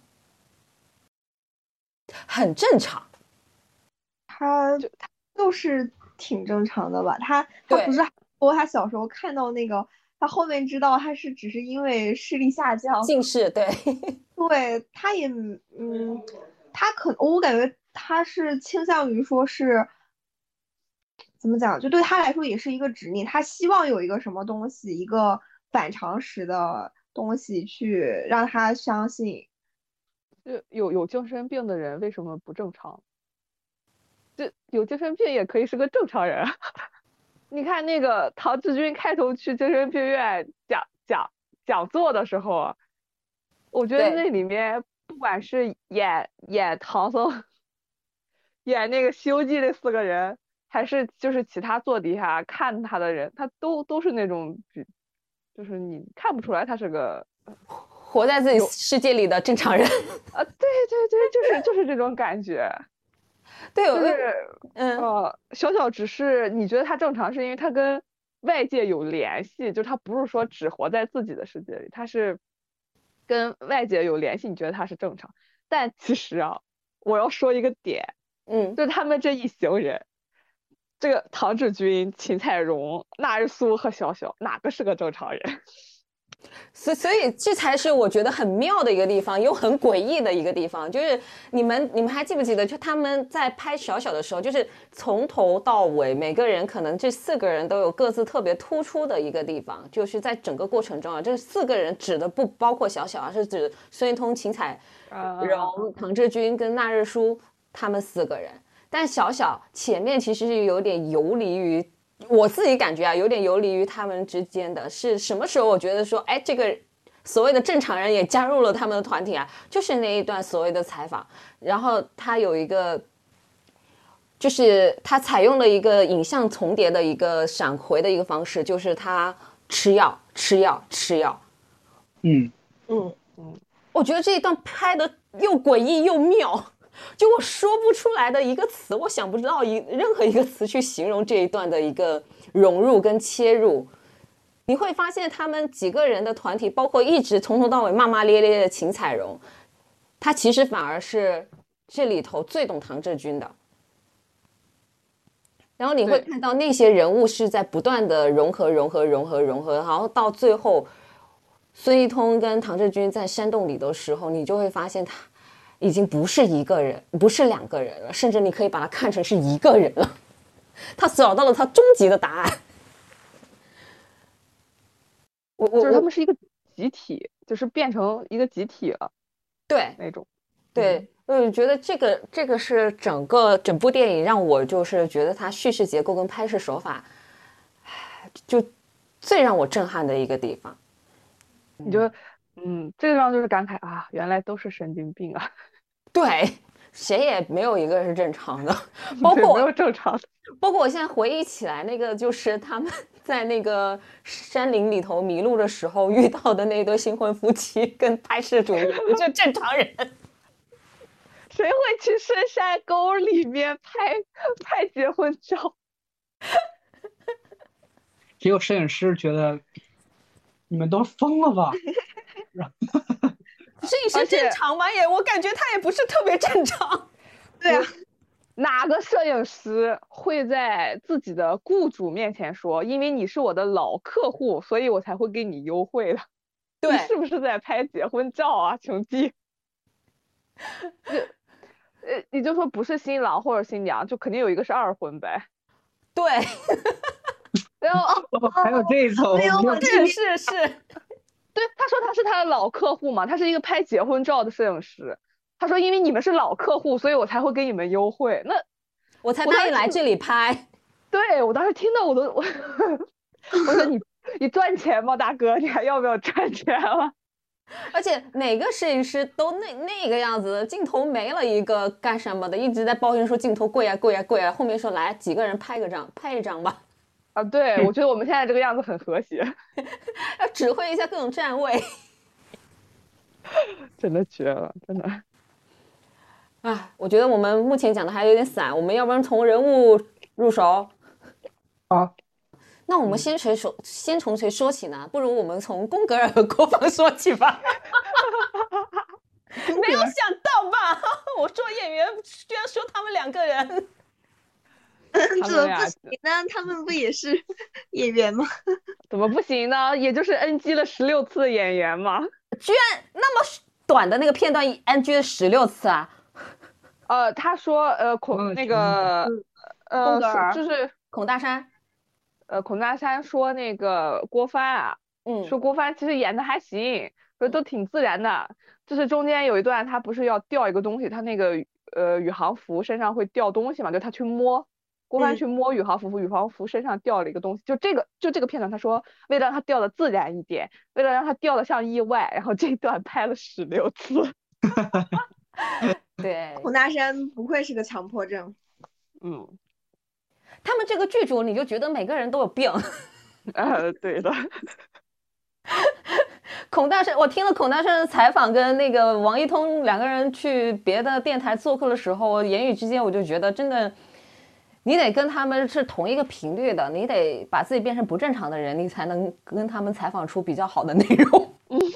[SPEAKER 2] 正常，
[SPEAKER 6] 她就是挺正常的吧。她不是说她小时候看到那个，她后面知道她是只是因为视力下降
[SPEAKER 2] 近视，对
[SPEAKER 6] 对，她也她我感觉她是倾向于说是怎么讲，就对她来说也是一个执念，她希望有一个什么东西，一个反常识的东西去让她相信。
[SPEAKER 4] 就有精神病的人为什么不正常？这有精神病也可以是个正常人。你看那个唐志军开头去精神病院讲座的时候，我觉得那里面不管是演唐僧，演那个《西游记》这4个人，还是就是其他坐底下看他的人，他都是那种，就是你看不出来他是个
[SPEAKER 2] 活在自己世界里的正常人
[SPEAKER 4] 啊。对，就是这种感觉。
[SPEAKER 2] 对，
[SPEAKER 4] 小小只是你觉得他正常，是因为他跟外界有联系，就他不是说只活在自己的世界里，他是跟外界有联系，你觉得他是正常。但其实啊，我要说一个点，就是他们这一行人，这个唐志军、秦彩荣、纳日苏和小小，哪个是个正常人？
[SPEAKER 2] 所以这才是我觉得很妙的一个地方，又很诡异的一个地方。就是你们还记不记得，就他们在拍小小的时候，就是从头到尾每个人可能这4个人都有各自特别突出的一个地方，就是在整个过程中啊，这4个人指的不包括小小啊，是指孙一通、秦彩荣、唐志军跟纳日苏他们4个人。但小小前面其实是有点游离于，我自己感觉啊，有点游离于他们之间的。是什么时候我觉得说，哎，这个所谓的正常人也加入了他们的团体啊，就是那一段所谓的采访。然后他有一个，就是他采用了一个影像重叠的一个闪回的一个方式，就是他吃药。我觉得这一段拍的又诡异又妙。就我说不出来的一个词，我想不到任何一个词去形容这一段的一个融入跟切入。你会发现他们几个人的团体，包括一直从头到尾骂骂咧咧的秦彩荣， 他其实反而是这里头最懂唐志军的。然后你会看到那些人物是在不断的融合，然后到最后孙一通跟唐志军在山洞里的时候，你就会发现他已经不是一个人，不是两个人了，甚至你可以把他看成是一个人了。他找到了他终极的答案。
[SPEAKER 4] 就是他们是一个集体，就是变成一个集体了，
[SPEAKER 2] 对
[SPEAKER 4] 那种。
[SPEAKER 2] 对，我觉得这个是整部电影让我就是觉得它叙事结构跟拍摄手法，就最让我震撼的一个地方。
[SPEAKER 4] 你就这个地方就是感慨啊，原来都是神经病啊。
[SPEAKER 2] 对，谁也没有一个是正常的，包括
[SPEAKER 4] 没有正常的。
[SPEAKER 2] 包括我现在回忆起来，那个就是他们在那个山林里头迷路的时候遇到的那对新婚夫妻跟拍摄主演，就正常人。
[SPEAKER 4] 谁会去深山沟里面拍结婚照？
[SPEAKER 5] 只有摄影师觉得你们都疯了吧？
[SPEAKER 2] 摄影师正常吗？我感觉他也不是特别正常。
[SPEAKER 6] 对啊，
[SPEAKER 4] 哪个摄影师会在自己的雇主面前说，因为你是我的老客户，所以我才会给你优惠的？
[SPEAKER 2] 对，
[SPEAKER 4] 你是不是在拍结婚照啊，兄弟？你就说不是新郎或者新娘，就肯定有一个是二婚呗。
[SPEAKER 2] 对。
[SPEAKER 4] 然后
[SPEAKER 5] 还有这一层，
[SPEAKER 2] 是。
[SPEAKER 4] 对，他说他是他的老客户嘛，他是一个拍结婚照的摄影师。他说因为你们是老客户，所以我才会给你们优惠。那
[SPEAKER 2] 我才答应来这里拍。
[SPEAKER 4] 对，我当时听到我说你赚钱吗，大哥？你还要不要赚钱了？
[SPEAKER 2] 而且哪个摄影师都那个样子，镜头没了一个干什么的，一直在抱怨说镜头贵啊，后面说来几个人拍一张吧。
[SPEAKER 4] 啊，对，我觉得我们现在这个样子很和谐。
[SPEAKER 2] 要指挥一下各种站位。
[SPEAKER 4] 真的绝了，真的。
[SPEAKER 2] 我觉得我们目前讲的还有点散，我们要不然从人物入手。
[SPEAKER 5] 好，
[SPEAKER 2] 那我们先从谁说起呢？不如我们从宫格尔和郭芳说起吧。没有想到吧？我说演员居然说他们两个人。
[SPEAKER 6] 怎么不行呢？他们不也是演员吗？
[SPEAKER 4] 怎么不行呢？也就是 NG 了16次的演员嘛。
[SPEAKER 2] 居然那么短的那个片段 NG 了16次啊！
[SPEAKER 4] 他说孔格尔就是
[SPEAKER 2] 孔大山。
[SPEAKER 4] 孔大山说那个郭帆啊，说郭帆其实演的还行，说都挺自然的。就是中间有一段他不是要掉一个东西，他那个宇航服身上会掉东西嘛，就他去摸。郭帆去摸宇航服，宇航服身上掉了一个东西，就这个片段，他说为了让它掉的自然一点，为了让它掉的像意外，然后这一段拍了16次。
[SPEAKER 2] 对，
[SPEAKER 6] 孔大山不愧是个强迫症。
[SPEAKER 2] 他们这个剧组你就觉得每个人都有病。
[SPEAKER 4] 对的。
[SPEAKER 2] 孔大山，我听了孔大山的采访，跟那个王一通两个人去别的电台做客的时候，言语之间我就觉得真的。你得跟他们是同一个频率的，你得把自己变成不正常的人，你才能跟他们采访出比较好的内容。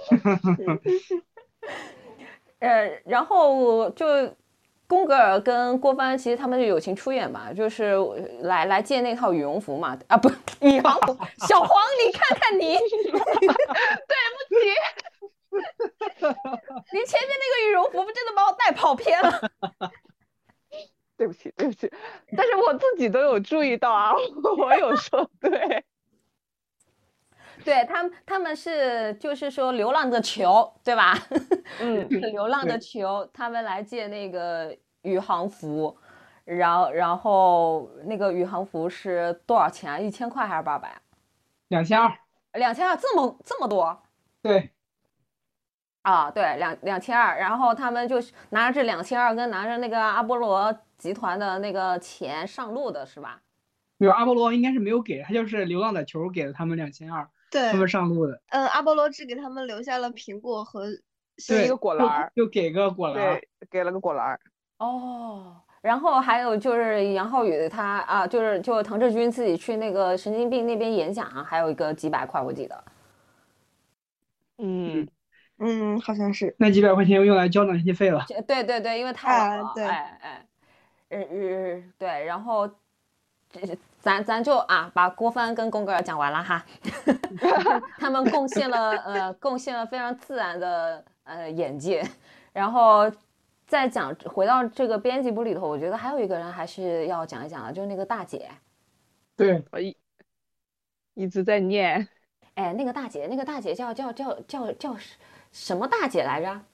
[SPEAKER 2] 然后就宫格尔跟郭帆，其实他们是友情出演嘛，就是来借那套羽绒服嘛，不，宇航服。小黄，你看看你，对不起，你前面那个羽绒服真的把我带跑偏了。
[SPEAKER 4] 对不起，但是我自己都有注意到啊，我有说对。
[SPEAKER 2] 对，他们是就是说流浪的球，对吧？流浪的球，他们来借那个宇航服，然后那个宇航服是多少钱啊？1000块还是800？2200，这么多？
[SPEAKER 5] 对。
[SPEAKER 2] 对，2200，然后他们就拿着这2200跟拿着那个阿波罗集团的那个钱上路的是吧？
[SPEAKER 5] 没有，阿波罗应该是没有给，他就是流浪的球给了他们2200，
[SPEAKER 6] 对，
[SPEAKER 5] 他们上路的。
[SPEAKER 6] 阿波罗只给他们留下了苹果和
[SPEAKER 4] 一个果篮，
[SPEAKER 5] 就给个果篮，
[SPEAKER 4] 对，给了个果篮。
[SPEAKER 2] 然后还有就是杨浩宇他就唐志军自己去那个神经病那边演讲，还有一个几百块我记得。
[SPEAKER 6] 好像是。
[SPEAKER 5] 那几百块钱又用来交暖气费了。
[SPEAKER 2] 对对对，因为太冷了，
[SPEAKER 6] 对，
[SPEAKER 2] 对，然后咱就把郭帆跟宫格尔讲完了哈，他们贡献了非常自然的眼界，然后再回到这个编辑部里头，我觉得还有一个人还是要讲一讲的，就是那个大姐。
[SPEAKER 5] 对，
[SPEAKER 4] 我一直在念。
[SPEAKER 2] 哎，那个大姐叫什么大姐来着？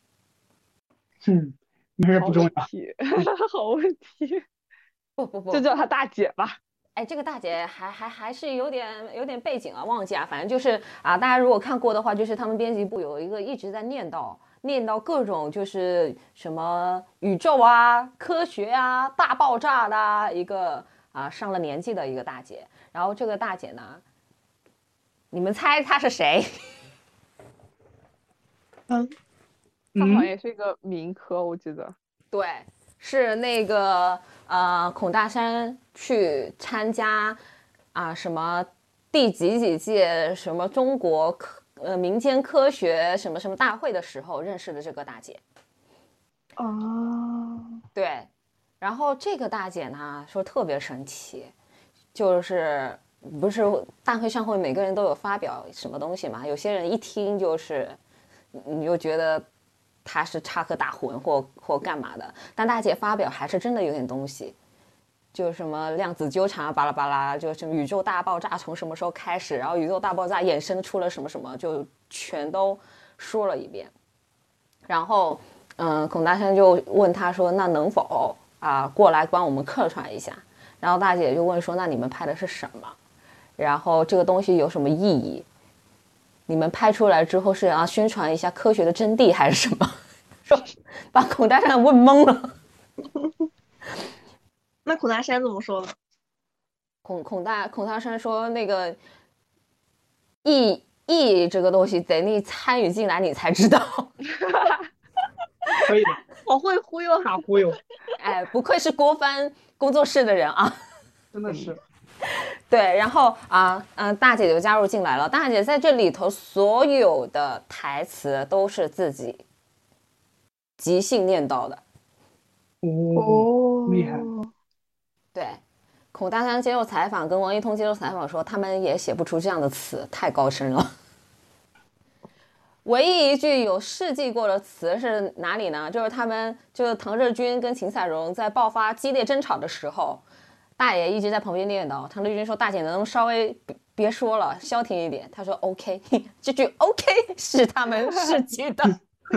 [SPEAKER 5] 没事，不重要。
[SPEAKER 4] 好问题。
[SPEAKER 2] 不，
[SPEAKER 4] 就叫她大姐吧。
[SPEAKER 2] 哎，这个大姐还是有点背景啊，忘记反正就是大家如果看过的话，就是他们编辑部有一个一直在念叨各种就是什么宇宙科学大爆炸的一个上了年纪的一个大姐。然后这个大姐呢，你们猜她是谁？
[SPEAKER 4] 她好像也是一个民科，我记得。
[SPEAKER 2] 对，是那个孔大山去参加什么第几届什么中国民间科学什么什么大会的时候认识的这个大姐。对，然后这个大姐呢说特别神奇，就是不是大会上会每个人都有发表什么东西嘛，有些人一听就是你就觉得他是插科打诨或干嘛的，但大姐发表还是真的有点东西，就什么量子纠缠巴拉巴拉，就什么宇宙大爆炸从什么时候开始，然后宇宙大爆炸衍生出了什么什么，就全都说了一遍。然后孔大山就问他说，那能否过来帮我们客串一下？然后大姐就问说，那你们拍的是什么？然后这个东西有什么意义？你们拍出来之后是要宣传一下科学的真谛还是什么？说把孔大山问懵了。
[SPEAKER 6] 那孔大山怎么说呢？
[SPEAKER 2] 孔大山说那个意义这个东西得你参与进来你才知道。
[SPEAKER 5] 可以的，
[SPEAKER 6] 好会忽悠，
[SPEAKER 5] 大忽悠。
[SPEAKER 2] 哎，不愧是郭帆工作室的人
[SPEAKER 5] 真的是。
[SPEAKER 2] 对，然后大姐就加入进来了。大姐在这里头所有的台词都是自己即兴念叨的。
[SPEAKER 5] 厉害。
[SPEAKER 2] 对，孔大山接受采访，跟王一通接受采访说，他们也写不出这样的词，太高深了。唯一一句有事迹过的词是哪里呢？就是唐志军跟秦彩荣在爆发激烈争吵的时候，大爷一直在旁边念叨。唐志军说：“大姐能不能稍微别说了，消停一点？”他说 ：“OK。”这句 “OK” 是他们事迹的。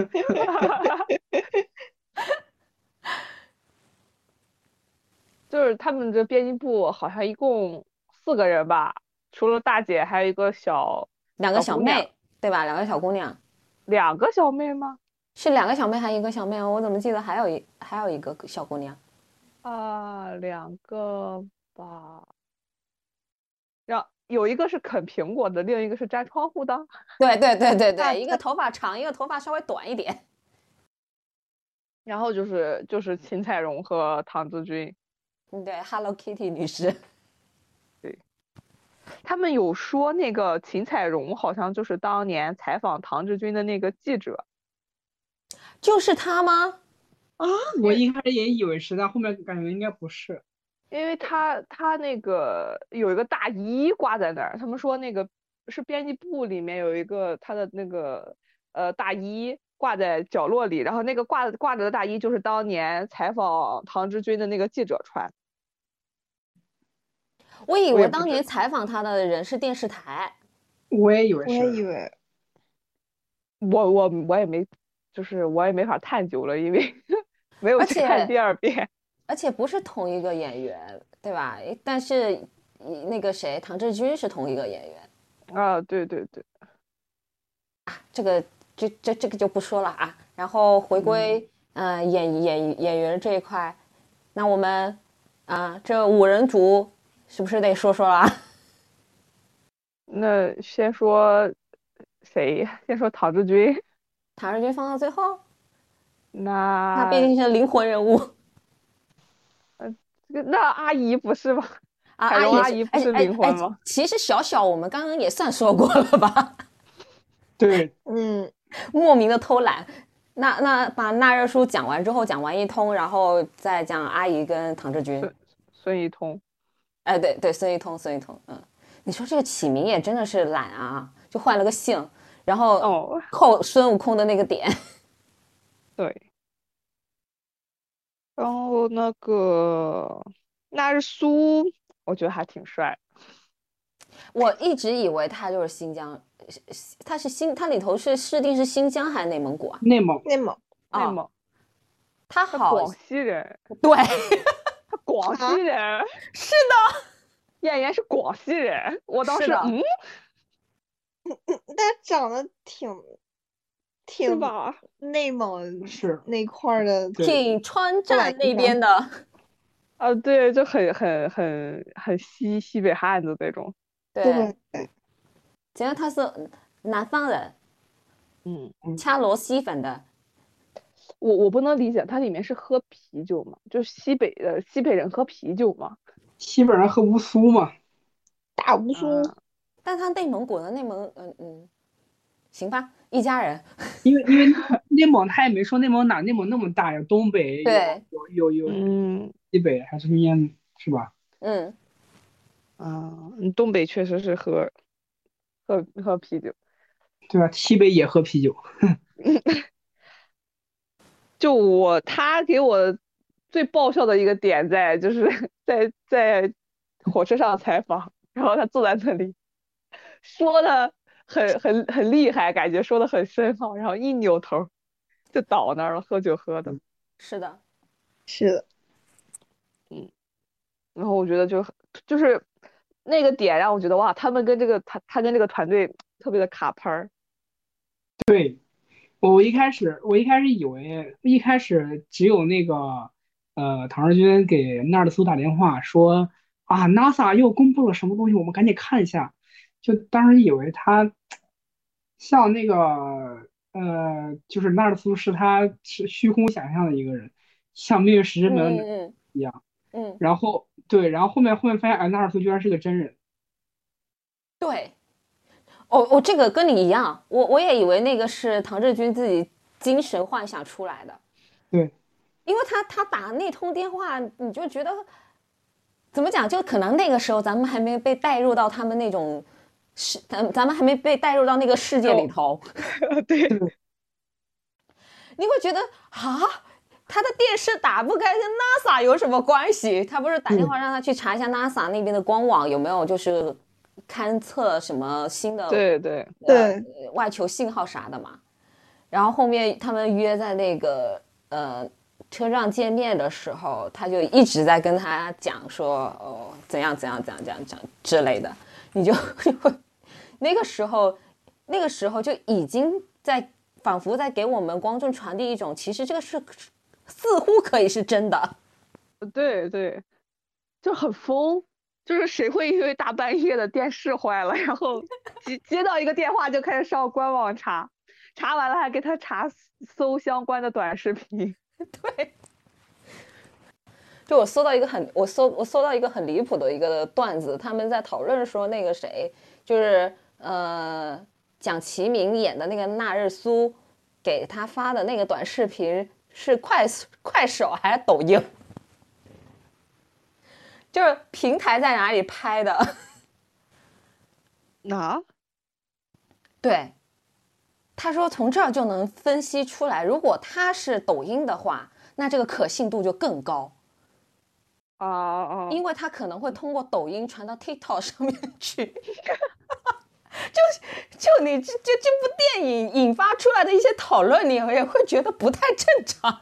[SPEAKER 4] 就是他们这编辑部好像一共4个人吧，除了大姐，还有一个
[SPEAKER 2] 两个小妹，对吧？2个小姑娘
[SPEAKER 4] ，2个小妹吗？
[SPEAKER 2] 是2个小妹还是1个小妹？我怎么记得还有一个小姑娘
[SPEAKER 4] ？2个吧。然后有一个是啃苹果的，另一个是粘窗户的。
[SPEAKER 2] 对，一个头发长，一个头发稍微短一点。
[SPEAKER 4] 然后就是秦彩荣和唐志军。
[SPEAKER 2] 对 ，Hello Kitty 女士。
[SPEAKER 4] 对，他们有说那个秦彩荣好像就是当年采访唐志军的那个记者。
[SPEAKER 2] 就是他吗？
[SPEAKER 5] 我一开始也以为是，但后面感觉应该不是。
[SPEAKER 4] 因为他那个有一个大衣挂在那儿，他们说那个是编辑部里面有一个他的那个大衣挂在角落里，然后那个挂着的大衣就是当年采访唐志军的那个记者穿。
[SPEAKER 2] 我以为当年采访他的人是电视台。
[SPEAKER 5] 我也以为是。
[SPEAKER 4] 我也没，就是我也没法探究了，因为没有去看第2遍。
[SPEAKER 2] 而且不是同一个演员，对吧？但是那个谁，唐志军是同一个演员。
[SPEAKER 4] 对。
[SPEAKER 2] 这个就不说了啊。然后回归演员这一块，那我们这5人组是不是得说了？
[SPEAKER 4] 那先说谁？先说唐志军。
[SPEAKER 2] 唐志军放到最后，
[SPEAKER 4] 他
[SPEAKER 2] 毕竟是灵魂人物。
[SPEAKER 4] 那阿姨不是吗？
[SPEAKER 2] 阿
[SPEAKER 4] 姨不是灵魂吗？
[SPEAKER 2] 其实小我们刚刚也算说过了吧？
[SPEAKER 5] 对，
[SPEAKER 2] 莫名的偷懒。那把纳热书讲完之后，讲完一通，然后再讲阿姨跟唐志军。
[SPEAKER 4] 孙一通。
[SPEAKER 2] 哎，对，孙一通，你说这个起名也真的是懒啊，就换了个姓，然后扣孙悟空的那个点。
[SPEAKER 4] 对。然后那个纳日苏，我觉得还挺帅。
[SPEAKER 2] 我一直以为他就是新疆，他里头是设定是新疆还是内蒙古啊？
[SPEAKER 5] 内蒙。
[SPEAKER 2] 他好，
[SPEAKER 4] 广西人。
[SPEAKER 2] 对，
[SPEAKER 4] 他广西人。
[SPEAKER 2] 是的，
[SPEAKER 4] 演员是广西人，我当时
[SPEAKER 6] 但长得挺
[SPEAKER 4] 吧，
[SPEAKER 6] 内蒙
[SPEAKER 5] 是
[SPEAKER 6] 那块的，
[SPEAKER 2] 挺川站那边的。
[SPEAKER 4] 对，就很西北汉子那种。
[SPEAKER 2] 对，只要他是南方人，掐螺蛳粉的。
[SPEAKER 4] 我不能理解，它里面是喝啤酒吗？就是西北人喝啤酒吗？
[SPEAKER 5] 西北人喝乌苏嘛，
[SPEAKER 6] 大乌苏。
[SPEAKER 2] 但他内蒙古的行吧，一家人。
[SPEAKER 5] 因为内蒙他也没说内蒙哪，内蒙那么大呀，东北
[SPEAKER 2] 对
[SPEAKER 5] 有西北还是面是吧？
[SPEAKER 4] 东北确实是喝啤酒。
[SPEAKER 5] 对吧？西北也喝啤酒。
[SPEAKER 4] 就他给我最爆笑的一个点就是在火车上采访，然后他坐在那里说的很厉害，感觉说的很深奥，然后一扭头就倒那儿了，喝酒喝的。
[SPEAKER 2] 是的。
[SPEAKER 4] 然后我觉得就是那个点让我觉得哇，他们跟他跟这个团队特别的卡拍儿。
[SPEAKER 5] 对，我一开始以为只有那个唐日军给纳尔苏打电话说啊 NASA 又公布了什么东西，我们赶紧看一下。就当时以为他像那个就是纳尔苏是他是虚空想象的一个人，像命运石之门一样。然后后面发现纳尔苏居然是个真人。
[SPEAKER 2] 对。我这个跟你一样，我也以为那个是唐志军自己精神幻想出来的。
[SPEAKER 5] 对，
[SPEAKER 2] 因为他打那通电话，你就觉得怎么讲，就可能那个时候咱们还没被带入到他们那种咱们还没被带入到那个世界里头。
[SPEAKER 4] 对，
[SPEAKER 2] 你会觉得啊，他的电视打不开跟 NASA 有什么关系？他不是打电话让他去查一下 NASA 那边的官网有没有就是勘测什么新的
[SPEAKER 4] 对
[SPEAKER 2] 外球信号啥的嘛。然后后面他们约在那个车上见面的时候，他就一直在跟他讲说怎样之类的。你就会那个时候就已经在仿佛在给我们观众传递一种，其实这个是似乎可以是真的。
[SPEAKER 4] 对，就很疯。就是谁会因为大半夜的电视坏了，然后接到一个电话就开始上官网查完了还给他搜相关的短视频。
[SPEAKER 2] 对，就我搜到一个很离谱的一个段子，他们在讨论说那个谁，就是蒋奇明演的那个纳日苏给他发的那个短视频是快手还是抖音？就是平台在哪里拍的？对，他说从这儿就能分析出来，如果他是抖音的话，那这个可信度就更高。因为他可能会通过抖音传到 TikTok 上面去。就你这部电影引发出来的一些讨论，你也会觉得不太正常。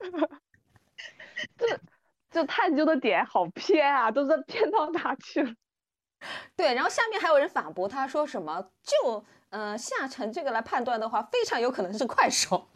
[SPEAKER 4] 就探究的点好偏啊，都在偏到哪去了？
[SPEAKER 2] 对，然后下面还有人反驳他说什么，就下沉这个来判断的话，非常有可能是快手。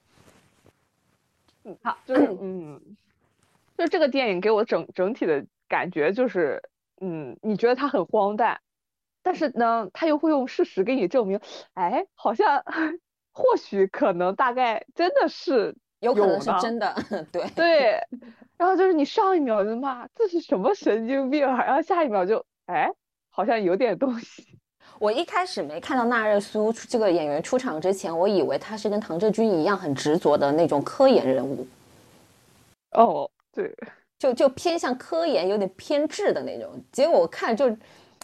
[SPEAKER 4] 好，就是就这个电影给我整体的感觉就是，你觉得它很荒诞，但是呢，他又会用事实给你证明，哎，好像或许可能大概真的是
[SPEAKER 2] 有可能是真的。
[SPEAKER 4] 对，然后就是你上一秒就骂这是什么神经病，然后下一秒就好像有点东西。
[SPEAKER 2] 我一开始没看到纳热苏这个演员出场之前，我以为他是跟唐志军一样很执着的那种科研人物。
[SPEAKER 4] 哦，对，
[SPEAKER 2] 就偏向科研，有点偏执的那种。结果我看就，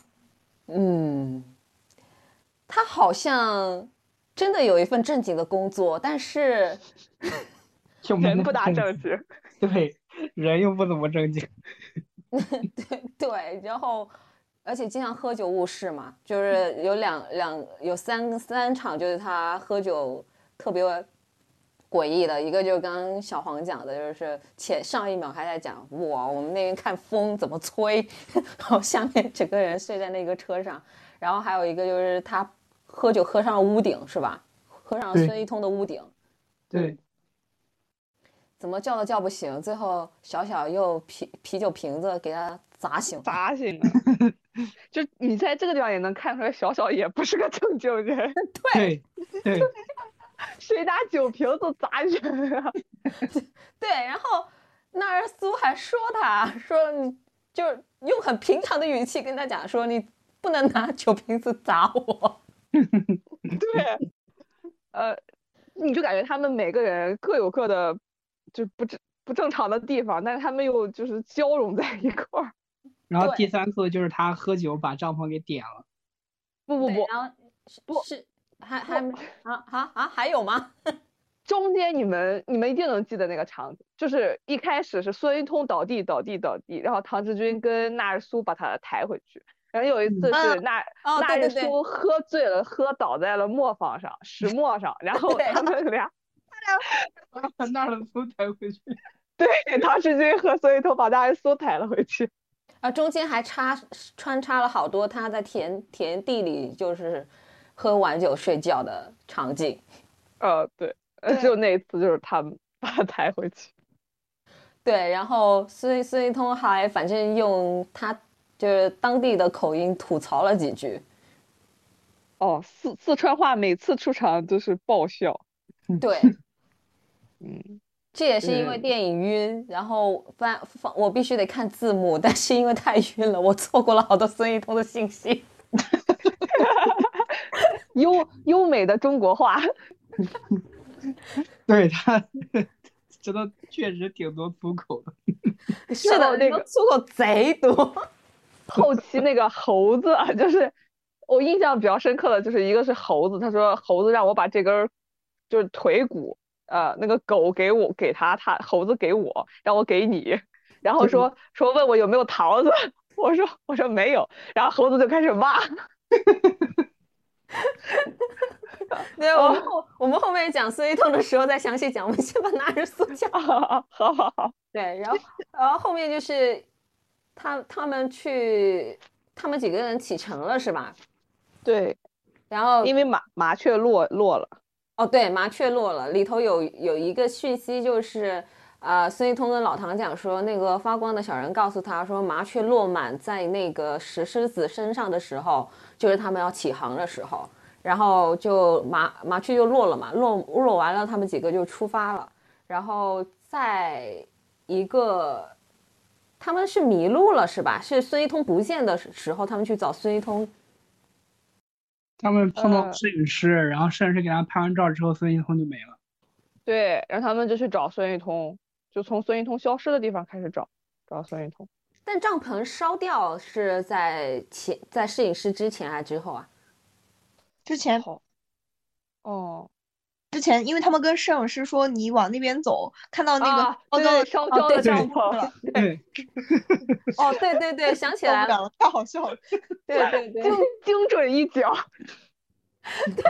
[SPEAKER 2] 他好像真的有一份正经的工作，但是
[SPEAKER 4] 人不大正经。
[SPEAKER 5] 对，人又不怎么正经。
[SPEAKER 2] 对，然后而且经常喝酒误事嘛，就是有三场，就是他喝酒特别诡异的。一个就是刚刚小黄讲的，就是上一秒还在讲哇，我们那边看风怎么吹，然后下面整个人睡在那个车上。然后还有一个就是他喝酒喝上了屋顶，是吧？喝上了孙一通的屋顶。
[SPEAKER 5] 对。
[SPEAKER 2] 怎么叫都叫不醒，最后小小又啤酒瓶子给他砸醒了。
[SPEAKER 4] 就你在这个地方也能看出来，小小也不是个正经人。
[SPEAKER 5] 对，
[SPEAKER 4] 谁拿酒瓶子砸人啊？
[SPEAKER 2] 对，然后纳尔苏还说你就是用很平常的语气跟他讲说，你不能拿酒瓶子砸我。
[SPEAKER 4] 对，你就感觉他们每个人各有各的就不正常的地方，但是他们又就是交融在一块儿。
[SPEAKER 5] 然后第3次就是他喝酒把帐篷给点了。
[SPEAKER 4] 不，
[SPEAKER 2] 然后是还有吗？
[SPEAKER 4] 中间你们一定能记得那个场景，就是一开始是孙一通倒地，然后唐志军跟纳日苏把他抬回去。然后有一次是纳日苏喝醉了，喝倒在了石磨上，然后他们俩
[SPEAKER 5] 把纳日苏抬回去。
[SPEAKER 4] 对，唐志军和孙一通把纳日苏抬了回去。
[SPEAKER 2] 中间还穿插了好多他在田地里就是喝完酒睡觉的场景。
[SPEAKER 4] 对，只有那一次就是他们把他抬回去。
[SPEAKER 2] 对，然后孙一通还反正用他就是当地的口音吐槽了几句。
[SPEAKER 4] 四川话每次出场都是爆笑。
[SPEAKER 2] 对，这也是因为电影晕，然后我必须得看字幕，但是因为太晕了，我错过了好多孙一通的信息。
[SPEAKER 4] 优美的中国话。
[SPEAKER 5] 对，他真的确实挺多粗口的。
[SPEAKER 2] 是的，那个粗口贼多。
[SPEAKER 4] 后期那个猴子，就是我印象比较深刻的就是一个是猴子，他说猴子让我把这根就是腿骨那个狗给他猴子给我，让我给你，然后说问我有没有桃子，我说没有，然后猴子就开始骂。
[SPEAKER 2] 对，我们后面讲孙一通的时候再详细讲，我们先把纳日苏讲。
[SPEAKER 4] 好。
[SPEAKER 2] 对，然后后面就是他们几个人启程了是吧？
[SPEAKER 4] 对，
[SPEAKER 2] 然后
[SPEAKER 4] 因为麻雀落了。
[SPEAKER 2] 对，麻雀落了，里头有一个讯息就是孙一通跟老唐讲说，那个发光的小人告诉他说，麻雀落满在那个石狮子身上的时候，就是他们要起航的时候。然后就麻雀就落了嘛，落完了，他们几个就出发了。然后在一个他们是迷路了是吧？是孙一通不见的时候，他们去找孙一通。
[SPEAKER 5] 他们碰到摄影师，然后摄影师给他拍完照之后，孙一通就没了。
[SPEAKER 4] 对，然后他们就去找孙一通，就从孙一通消失的地方开始找孙一通。
[SPEAKER 2] 但帐篷烧掉是在摄影师之前还是之后啊？
[SPEAKER 6] 之前。之前，因为他们跟摄影师说你往那边走，看到那个
[SPEAKER 4] 烧焦的帐篷了。
[SPEAKER 2] 对。对，想起来了，
[SPEAKER 6] 太好笑了。
[SPEAKER 2] 对，
[SPEAKER 4] 精准一脚。
[SPEAKER 2] 对，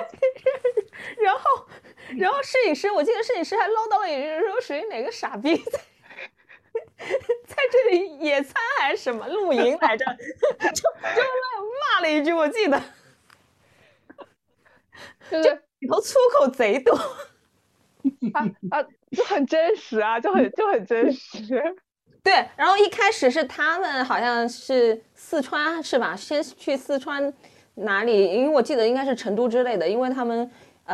[SPEAKER 2] 然后摄影师，我记得摄影师还唠叨了一句说，属于哪个傻逼在这里野餐还是什么露营来着，就骂了一句，我记得。
[SPEAKER 4] 对，
[SPEAKER 2] 里头粗口贼多。
[SPEAKER 4] 就很真实啊，就很真实。
[SPEAKER 2] 对，然后一开始是他们好像是四川是吧？先去四川哪里？因为我记得应该是成都之类的，因为他们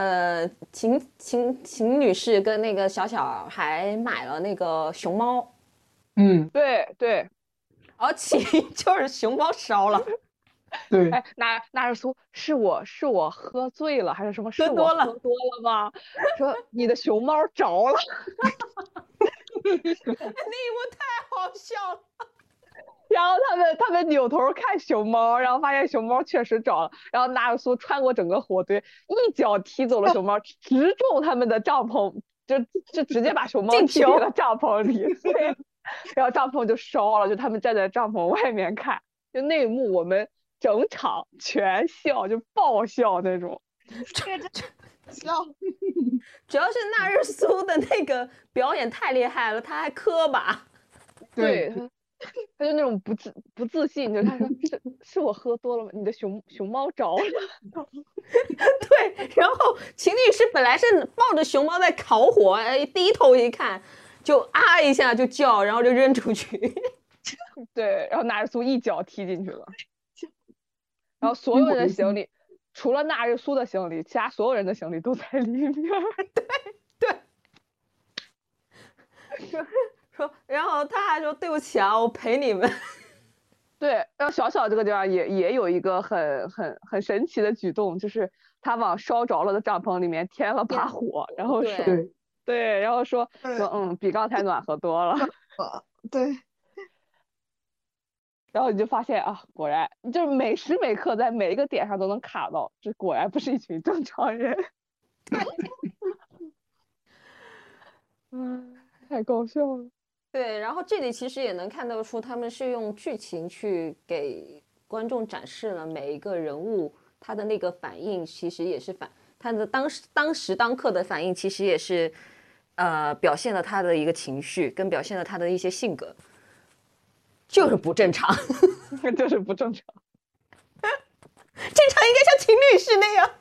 [SPEAKER 2] 秦女士跟那个小小还买了那个熊猫。
[SPEAKER 4] 对，
[SPEAKER 2] 而且就是熊猫烧了。
[SPEAKER 5] 对，
[SPEAKER 4] 哎，纳日苏是我喝醉了还是什么？是我
[SPEAKER 2] 喝多了
[SPEAKER 4] 喝多了吗？说你的熊猫着了，
[SPEAKER 2] 那一幕太好笑了。
[SPEAKER 4] 然后他们扭头看熊猫，然后发现熊猫确实着了，然后纳日苏穿过整个火堆，一脚踢走了熊猫，直中他们的帐篷，就直接把熊猫踢进了帐篷里，对，然后帐篷就烧了，就他们站在帐篷外面看，就那一幕我们整场全笑，就爆笑那种。
[SPEAKER 6] 这个真笑。
[SPEAKER 2] 主要是纳日苏的那个表演太厉害了，他还磕巴。
[SPEAKER 4] 对，他就那种不自信，就他说是我喝多了吗？你的熊猫着了。
[SPEAKER 2] 对，然后秦律师本来是抱着熊猫在烤火，哎，低头一看，就啊一下就叫，然后就扔出去。
[SPEAKER 4] 对，然后纳日苏一脚踢进去了，然后所有人的行李，除了纳日苏的行李，其他所有人的行李都在里面。
[SPEAKER 2] 对，说，然后他还说对不起啊，我陪你们。
[SPEAKER 4] 对，然后小小这个地方也有一个很神奇的举动，就是他往烧着了的帐篷里面添了把火，然后说对，然后说比刚才暖和多了。
[SPEAKER 6] 对，
[SPEAKER 4] 然后你就发现啊，果然就是每时每刻在每一个点上都能卡到，这果然不是一群正常人。太搞笑了。
[SPEAKER 2] 对，然后这里其实也能看得出，他们是用剧情去给观众展示了每一个人物他的那个反应，其实也是他的当时当刻的反应，其实也是表现了他的一个情绪，跟表现了他的一些性格，就是不正常。
[SPEAKER 4] 就是不正常。
[SPEAKER 2] 正常应该像秦律师那样。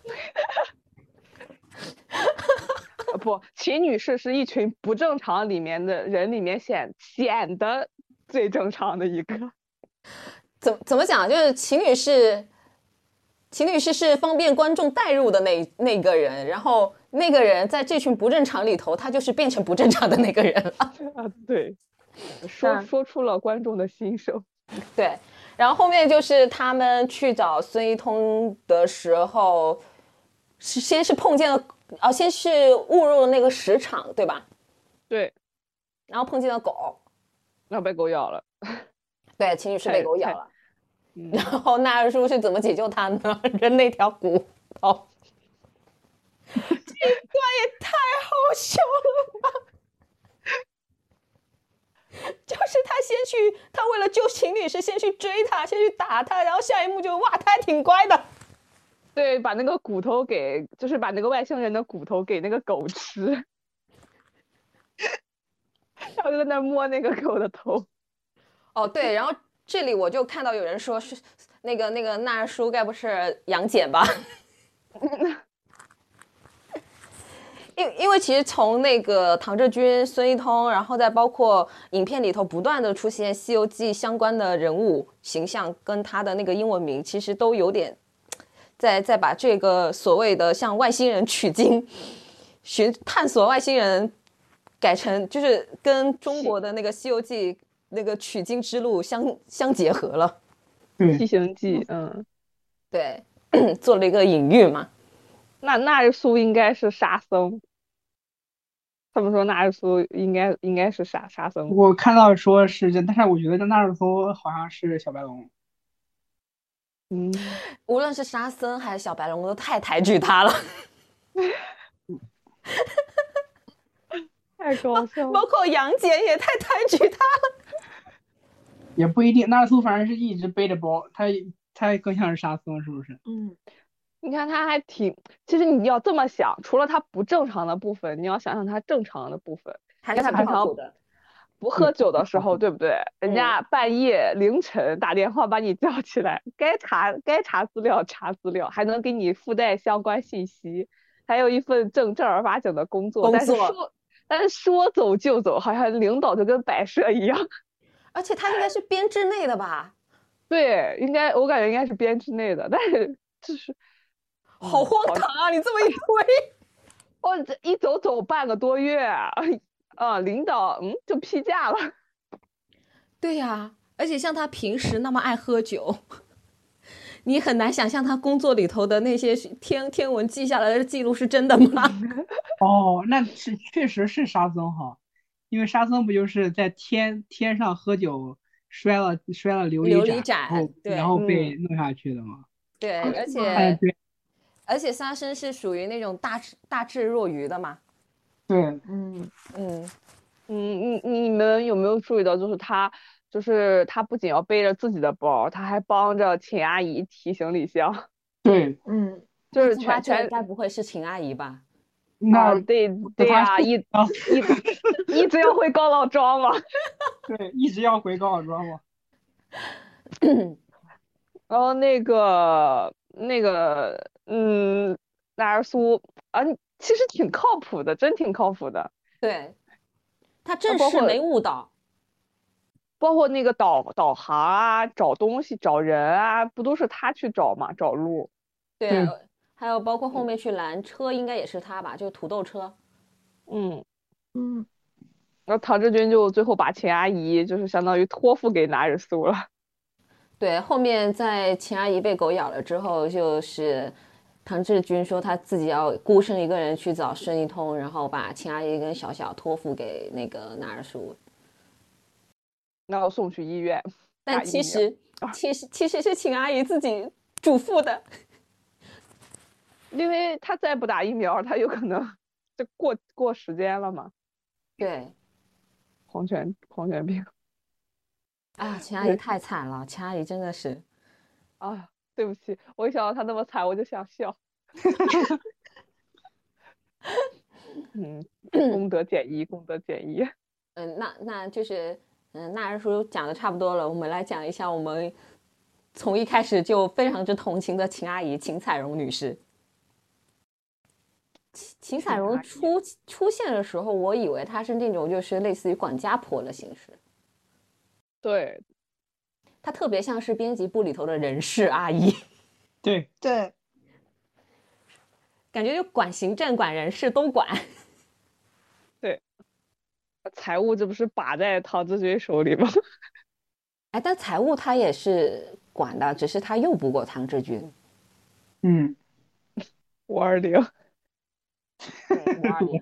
[SPEAKER 4] 不，秦女士是一群不正常里面的人里面显得最正常的一个。
[SPEAKER 2] 怎么讲？就是秦女士是方便观众带入的那个人，然后那个人在这群不正常里头，他就是变成不正常的那个人了。
[SPEAKER 4] 啊，对，说出了观众的心声。
[SPEAKER 2] 对，然后后面就是他们去找孙一通的时候，先是碰见了。先是误入了那个石场，对吧？
[SPEAKER 4] 对，
[SPEAKER 2] 然后碰见了狗，
[SPEAKER 4] 然后被狗咬了。
[SPEAKER 2] 对，秦女士被狗咬了。然后纳日苏是怎么解救他呢？扔那条骨头。这一段也太好笑了吧！就是他为了救秦女士，先去追他，先去打他，然后下一幕就哇，他还挺乖的。
[SPEAKER 4] 对，把那个骨头就是把那个外星人的骨头给那个狗吃，然后就在那摸那个狗的头。
[SPEAKER 2] 哦，对，然后这里我就看到有人说是那个纳日苏该不是杨戬吧？因为其实从那个唐志军、孙一通，然后再包括影片里头不断的出现《西游记》相关的人物形象跟他的那个英文名，其实都有点。再把这个所谓的像外星人取经、探索外星人，改成就是跟中国的那个《西游记》那个取经之路相结合了。
[SPEAKER 4] 西行记，
[SPEAKER 2] 对，做了一个隐喻嘛。
[SPEAKER 4] 那纳日苏应该是沙僧，他们说纳日苏应该是沙僧。
[SPEAKER 5] 我看到说是这，但是我觉得纳日苏好像是小白龙。
[SPEAKER 2] 无论是沙僧还是小白龙都太抬举他了。
[SPEAKER 4] 太搞笑了。
[SPEAKER 2] 包括杨戬也太抬举他了。
[SPEAKER 5] 也不一定，纳日苏反正是一直背着包，他更像是沙僧，是不是？
[SPEAKER 4] 你看他还挺，其实你要这么想，除了他不正常的部分，你要想想他正常的部分，
[SPEAKER 2] 还是
[SPEAKER 4] 他平常不喝酒的时候，对不对？人家半夜凌晨打电话把你叫起来，该查资料查资料，还能给你附带相关信息，还有一份正儿八经的工作。但是说走就走，好像领导就跟摆设一样。
[SPEAKER 2] 而且他应该是编制内的吧？
[SPEAKER 4] 对，我感觉应该是编制内的，但是就是
[SPEAKER 2] 好荒唐啊！你这么一推，
[SPEAKER 4] 这一走半个多月领导就批假了。
[SPEAKER 2] 对呀，而且像他平时那么爱喝酒， 你很难想象他工作里头的那些天文记下来的记录是真的吗？
[SPEAKER 5] 哦，那是确实是沙僧哈，因为沙僧不就是在天上喝酒摔了琉璃盏，然后被弄下去的吗？
[SPEAKER 2] 对，
[SPEAKER 5] 对，
[SPEAKER 2] 而且沙僧是属于那种大智若愚的嘛。
[SPEAKER 5] 对，
[SPEAKER 4] 你们有没有注意到，就是他不仅要背着自己的包，他还帮着秦阿姨提行李箱。
[SPEAKER 5] 对，
[SPEAKER 4] 就是
[SPEAKER 2] 全该不会是秦阿姨吧？
[SPEAKER 5] 那
[SPEAKER 4] 对呀，一直要回高老庄嘛。
[SPEAKER 5] 对，一直要回高老庄嘛。
[SPEAKER 4] 然后纳尔苏啊，其实挺靠谱的，真挺靠谱的。
[SPEAKER 2] 对，他正事没误导。
[SPEAKER 4] 包括那个导航啊，找东西、找人啊，不都是他去找嘛，找路。
[SPEAKER 2] 对，还有包括后面去拦车，应该也是他吧，就土豆车。
[SPEAKER 4] 然后唐志军就最后把秦阿姨就是相当于托付给纳尔苏了。
[SPEAKER 2] 对，后面在秦阿姨被狗咬了之后，就是唐志军说他自己要孤身一个人去找孙一通，然后把秦阿姨跟小小托付给那个纳尔苏，
[SPEAKER 4] 然后送去医院。
[SPEAKER 2] 但其实是秦阿姨自己嘱咐的，
[SPEAKER 4] 因为他再不打疫苗，他有可能就过时间了嘛。
[SPEAKER 2] 对，
[SPEAKER 4] 狂犬病。
[SPEAKER 2] 啊，秦阿姨太惨了，秦阿姨真的是。
[SPEAKER 4] 啊，对不起，我一想到他那么惨，我就想笑。功德减一。
[SPEAKER 2] 那就是纳尔叔讲的差不多了，我们来讲一下我们从一开始就非常之同情的秦阿姨秦彩蓉女士。秦彩蓉出现的时候，我以为她是那种就是类似于管家婆的形式。
[SPEAKER 4] 对，
[SPEAKER 2] 她特别像是编辑部里头的人事阿姨。
[SPEAKER 5] 对，
[SPEAKER 2] 感觉就管行政、管人事都管。
[SPEAKER 4] 对，财务这不是把在唐志军手里吗？
[SPEAKER 2] 哎，但财务他也是管的，只是他用不过唐志军。
[SPEAKER 4] 520。
[SPEAKER 2] 520。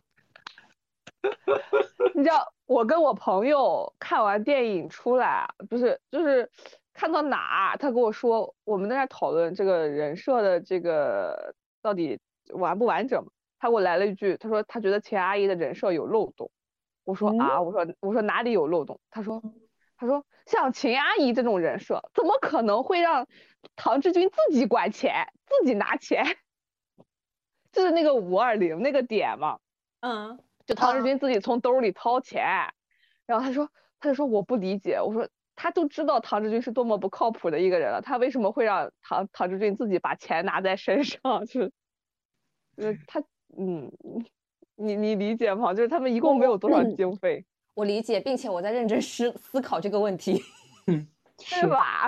[SPEAKER 4] 你知道我跟我朋友看完电影出来，就是看到哪，他跟我说我们在那讨论这个人设的这个到底完不完整，他给我来了一句，他说他觉得秦阿姨的人设有漏洞。我说啊，我说哪里有漏洞？他说像秦阿姨这种人设，怎么可能会让唐志军自己管钱，自己拿钱？就是那个520那个点嘛。就唐志军自己从兜里掏钱，然后他就说我不理解，我说他都知道唐志军是多么不靠谱的一个人了，他为什么会让唐志军自己把钱拿在身上？就是他你理解吗？就是他们一共没有多少经费。
[SPEAKER 2] 我理解，并且我在认真思考这个问题。
[SPEAKER 4] 对吧？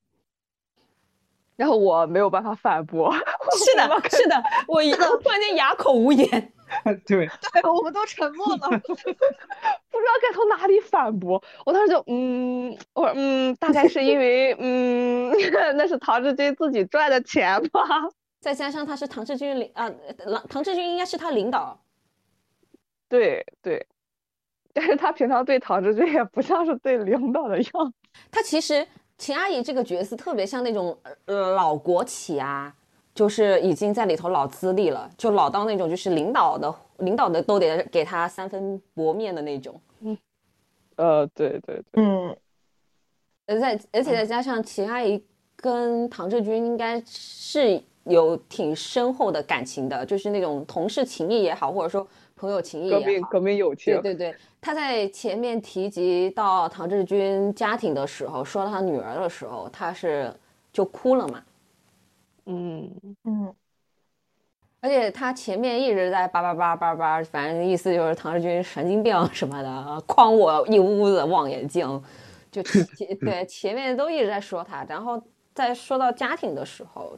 [SPEAKER 4] 然后我没有办法反驳。
[SPEAKER 2] 是的，我突然间哑口无言。
[SPEAKER 5] 对，
[SPEAKER 6] 我们都沉默了，
[SPEAKER 4] 不知道该从哪里反驳。我当时就我说大概是因为那是唐志军自己赚的钱吧。
[SPEAKER 2] 再加上他是唐志军唐志军应该是他领导。
[SPEAKER 4] 对，但是他平常对唐志军也不像是对领导的样子。
[SPEAKER 2] 他其实秦阿姨这个角色特别像那种老国企啊，就是已经在里头老资历了，就老到那种就是领导的都得给他3分薄面的那种。
[SPEAKER 4] 对，
[SPEAKER 2] 而且再加上秦阿姨跟唐志军应该是有挺深厚的感情的，就是那种同事情谊也好，或者说朋友情谊也好，
[SPEAKER 4] 革命友情。
[SPEAKER 2] 对，他在前面提及到唐志军家庭的时候，说到他女儿的时候，他是就哭了嘛。而且他前面一直在叭，反正意思就是唐志军神经病什么的，诓我一屋子望远镜，就对，前面都一直在说他，然后在说到家庭的时候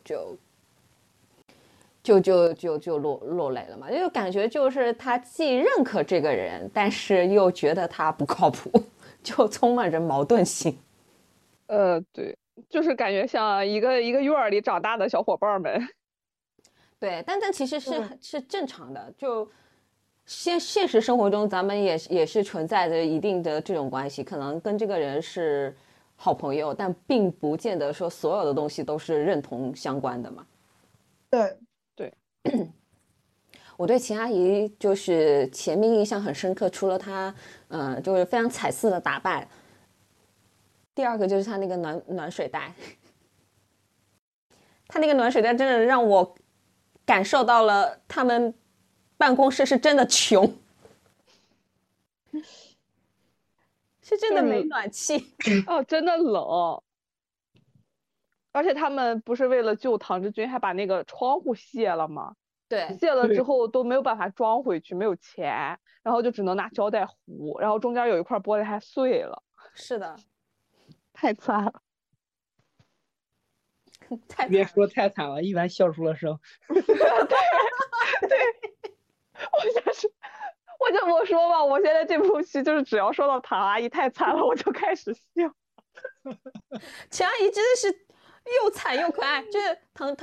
[SPEAKER 2] 就落泪了嘛，就感觉就是他既认可这个人，但是又觉得他不靠谱，就充满着矛盾性。
[SPEAKER 4] 对， 就是感觉像一个院儿里长大的小伙伴们。
[SPEAKER 2] 对，但其实是正常的，就现实生活中咱们也是存在着一定的这种关系，可能跟这个人是好朋友，但并不见得说所有的东西都是认同相关的嘛。
[SPEAKER 6] 对
[SPEAKER 4] 对，
[SPEAKER 2] 我对秦阿姨就是前面印象很深刻，除了她就是非常彩色的打扮，第二个就是她那个暖水袋，她那个暖水袋真的让我感受到了他们办公室是真的穷，是真的没暖气。
[SPEAKER 4] 哦，真的冷。而且他们不是为了救唐志军，还把那个窗户卸了吗？
[SPEAKER 2] 对，
[SPEAKER 4] 卸了之后都没有办法装回去，没有钱，然后就只能拿胶带糊，然后中间有一块玻璃还碎了。
[SPEAKER 2] 是的，
[SPEAKER 4] 太惨了。
[SPEAKER 2] 太
[SPEAKER 5] 别说太惨了，一凡笑出了声。
[SPEAKER 4] 对，我说吧，我现在这部戏就是只要说到唐阿姨太惨了，我就开始笑。
[SPEAKER 2] 秦阿姨真的是又惨又可爱，就是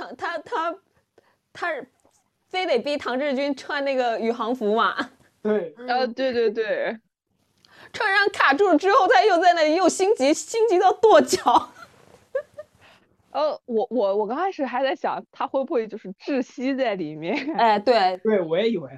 [SPEAKER 2] 她非得逼唐志军穿那个宇航服嘛。
[SPEAKER 5] 对，
[SPEAKER 4] 对对对，
[SPEAKER 2] 穿上卡住了之后，他又在那里又心急到跺脚。
[SPEAKER 4] 我刚开始还在想他会不会就是窒息在里面。
[SPEAKER 2] 哎，对
[SPEAKER 5] 对，我也以为。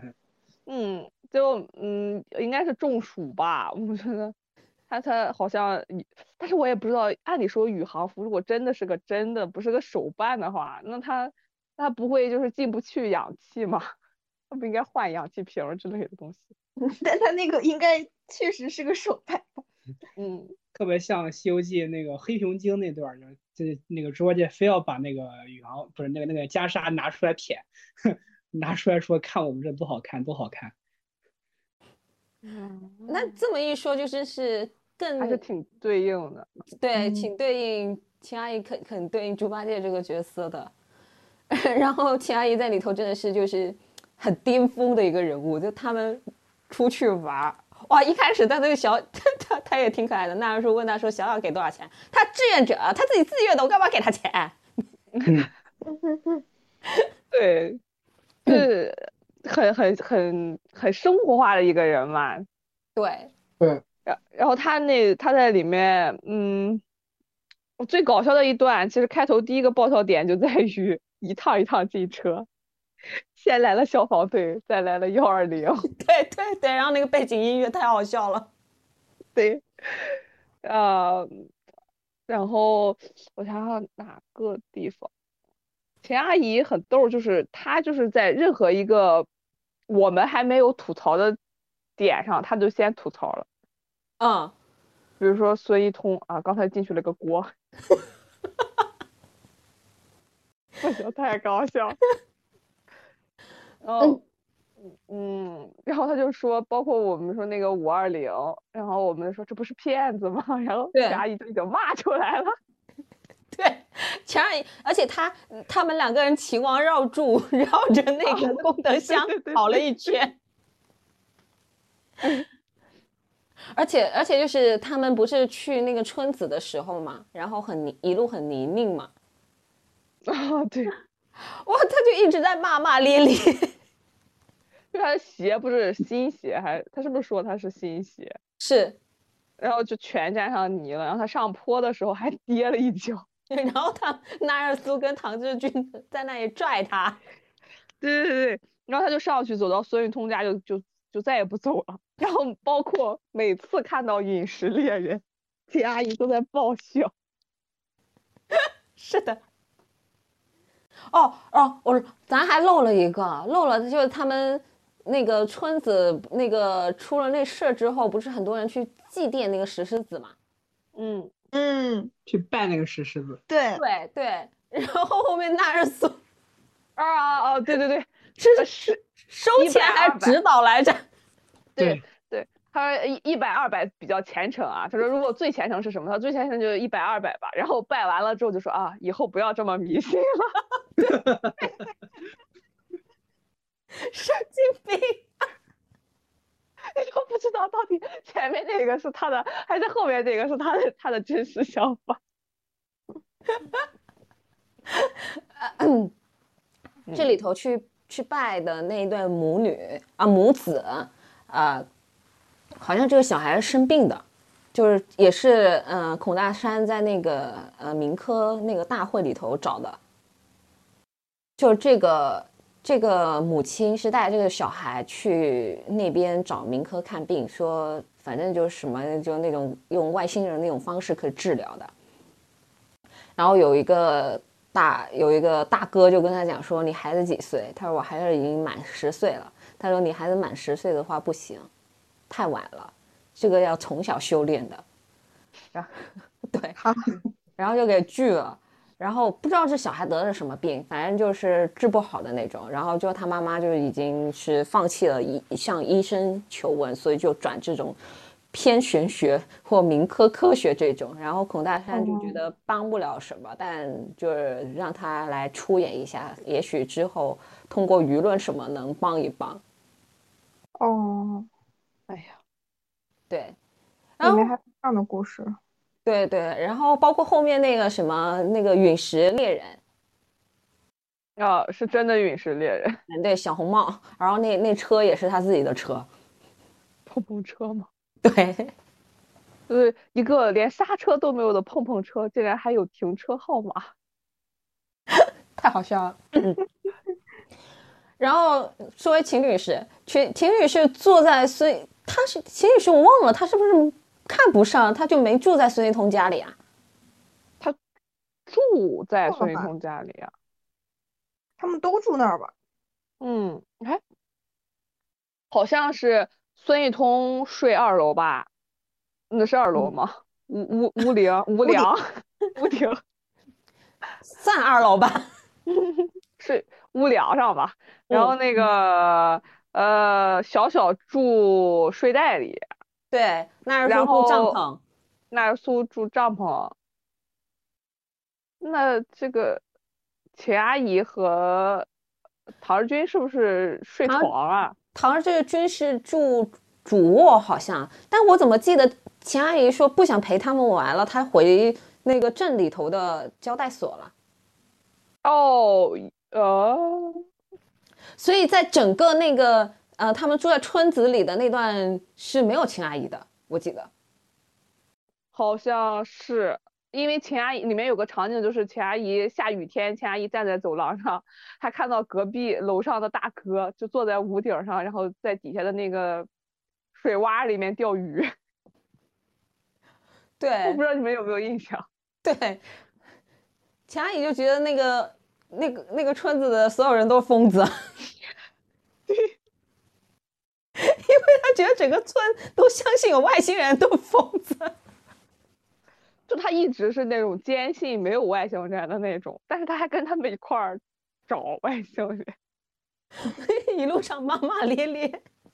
[SPEAKER 4] 应该是中暑吧，我觉得他好像，但是我也不知道，按理说宇航服如果真的是个真的不是个手办的话，那他不会就是进不去氧气吗？他不应该换氧气瓶之类的东西？
[SPEAKER 6] 但他那个应该确实是个手办。
[SPEAKER 5] 特别像《西游记》那个黑熊精那段，就那个猪八戒非要把那个宇航不是那个袈裟拿出来舔，拿出来说看我们这多好看多好看。
[SPEAKER 2] 那这么一说，就真是更
[SPEAKER 4] 还是挺对应的。
[SPEAKER 2] 对，挺对应秦阿姨肯对应猪八戒这个角色的。然后秦阿姨在里头真的是就是很巅峰的一个人物，就他们出去玩。哇！一开始他那个他也挺可爱的。那时候问他说：“小小给多少钱？”他志愿者，他自己自愿的，我干嘛给他钱？
[SPEAKER 4] 对，是很生活化的一个人嘛。
[SPEAKER 2] 对
[SPEAKER 5] 对。
[SPEAKER 4] 然后他在里面，最搞笑的一段，其实开头第一个爆笑点就在于一趟一趟进车。先来了消防队，再来了120。
[SPEAKER 2] 对，然后那个背景音乐太好笑了。
[SPEAKER 4] 对，然后我想想哪个地方，秦阿姨很逗，就是她就是在任何一个我们还没有吐槽的点上，她就先吐槽了。比如说孙一通啊，刚才进去了个锅。不行，太搞笑。然后他就说，包括我们说那个520，然后我们说这不是骗子吗？然后秦阿姨就已经骂出来了。
[SPEAKER 2] 对，秦阿姨，而且他们两个人秦王绕柱，绕着那个功德箱跑了一圈。而且就是他们不是去那个春子的时候嘛，然后一路很泥泞嘛。
[SPEAKER 4] 对。
[SPEAKER 2] 哇，他就一直在骂咧咧。
[SPEAKER 4] 就他的鞋不是新鞋，他是不是说他是新鞋？
[SPEAKER 2] 是。
[SPEAKER 4] 然后就全沾上泥了，然后他上坡的时候还跌了一跤。
[SPEAKER 2] 然后纳尔苏跟唐志军在那里拽他。
[SPEAKER 4] 对，然后他就上去走到孙运通家就再也不走了。然后包括每次看到饮食猎人，秦阿姨都在爆笑。
[SPEAKER 2] 是的。咱还漏了就是他们那个春子那个出了那事之后，不是很多人去祭奠那个石狮子嘛？
[SPEAKER 5] 去拜那个石狮子。
[SPEAKER 6] 对，
[SPEAKER 2] 然后后面纳日苏
[SPEAKER 4] 对，
[SPEAKER 2] 是收钱还是指导来着？
[SPEAKER 4] 对，他说100、200比较虔诚啊。他说如果最虔诚是什么？他最虔诚就100、200吧。然后拜完了之后就说以后不要这么迷信了。
[SPEAKER 2] 神经病。
[SPEAKER 4] 你都不知道到底前面这个是他的，还是后面这个是他的真实想法。
[SPEAKER 2] 这里头去拜的那一对母子好像这个小孩是生病的，就是也是孔大山在那个民科那个大会里头找的，就这个母亲是带这个小孩去那边找民科看病，说反正就是什么就那种用外星人那种方式可以治疗的。然后有一个大哥就跟他讲说，你孩子几岁？他说我孩子已经满10岁了。他说你孩子满10岁的话不行，太晚了，这个要从小修炼的。然后对，然后就给拒了。然后不知道这小孩得了什么病，反正就是治不好的那种。然后就他妈妈就已经是放弃了向医生求问，所以就转这种偏玄学或民科学这种。然后孔大山就觉得帮不了什么，但就是让他来出演一下，也许之后通过舆论什么能帮一帮。
[SPEAKER 6] 哦，
[SPEAKER 4] 哎呀，
[SPEAKER 2] 对，
[SPEAKER 6] 里面还有这样的故事。
[SPEAKER 2] 对对，然后包括后面那个什么那个陨石猎人，
[SPEAKER 4] 是真的陨石猎人，
[SPEAKER 2] 对，小红帽，然后那车也是他自己的车，
[SPEAKER 4] 碰碰车吗？
[SPEAKER 2] 对，
[SPEAKER 4] 就是一个连刹车都没有的碰碰车，竟然还有停车号码，
[SPEAKER 2] 太好笑了。然后说回秦女士，秦女士坐在她是秦女士，我忘了她是不是看不上，她就没住在孙一通家里啊？
[SPEAKER 4] 他住在孙一通家里啊？
[SPEAKER 6] 他们都住那儿吧？
[SPEAKER 4] 哎，好像是孙一通睡2楼吧？那是2楼吗？屋顶
[SPEAKER 2] 算2楼吧。
[SPEAKER 4] 睡屋梁上吧。然后那个小住睡袋里，
[SPEAKER 2] 对，那是
[SPEAKER 4] 然
[SPEAKER 2] 住帐
[SPEAKER 4] 后
[SPEAKER 2] 篷，
[SPEAKER 4] 那是苏住帐篷。那这个秦阿姨和唐日君是不是睡床啊？
[SPEAKER 2] 唐日君是住主卧好像，但我怎么记得秦阿姨说不想陪他们玩了，她回那个镇里头的交代所了。所以在整个那个他们住在村子里的那段是没有秦阿姨的，我记得。
[SPEAKER 4] 好像是，因为秦阿姨里面有个场景，就是秦阿姨下雨天，秦阿姨站在走廊上，还看到隔壁楼上的大哥就坐在屋顶上，然后在底下的那个水洼里面钓鱼。
[SPEAKER 2] 对，
[SPEAKER 4] 我不知道你们有没有印象。
[SPEAKER 2] 对，秦阿姨就觉得那个村子的所有人都是疯子。
[SPEAKER 4] 对，
[SPEAKER 2] 因为他觉得整个村都相信有外星人，都是疯子。
[SPEAKER 4] 就他一直是那种坚信没有外星人的那种，但是他还跟他们一块儿找外星人，
[SPEAKER 2] 一路上骂骂咧咧，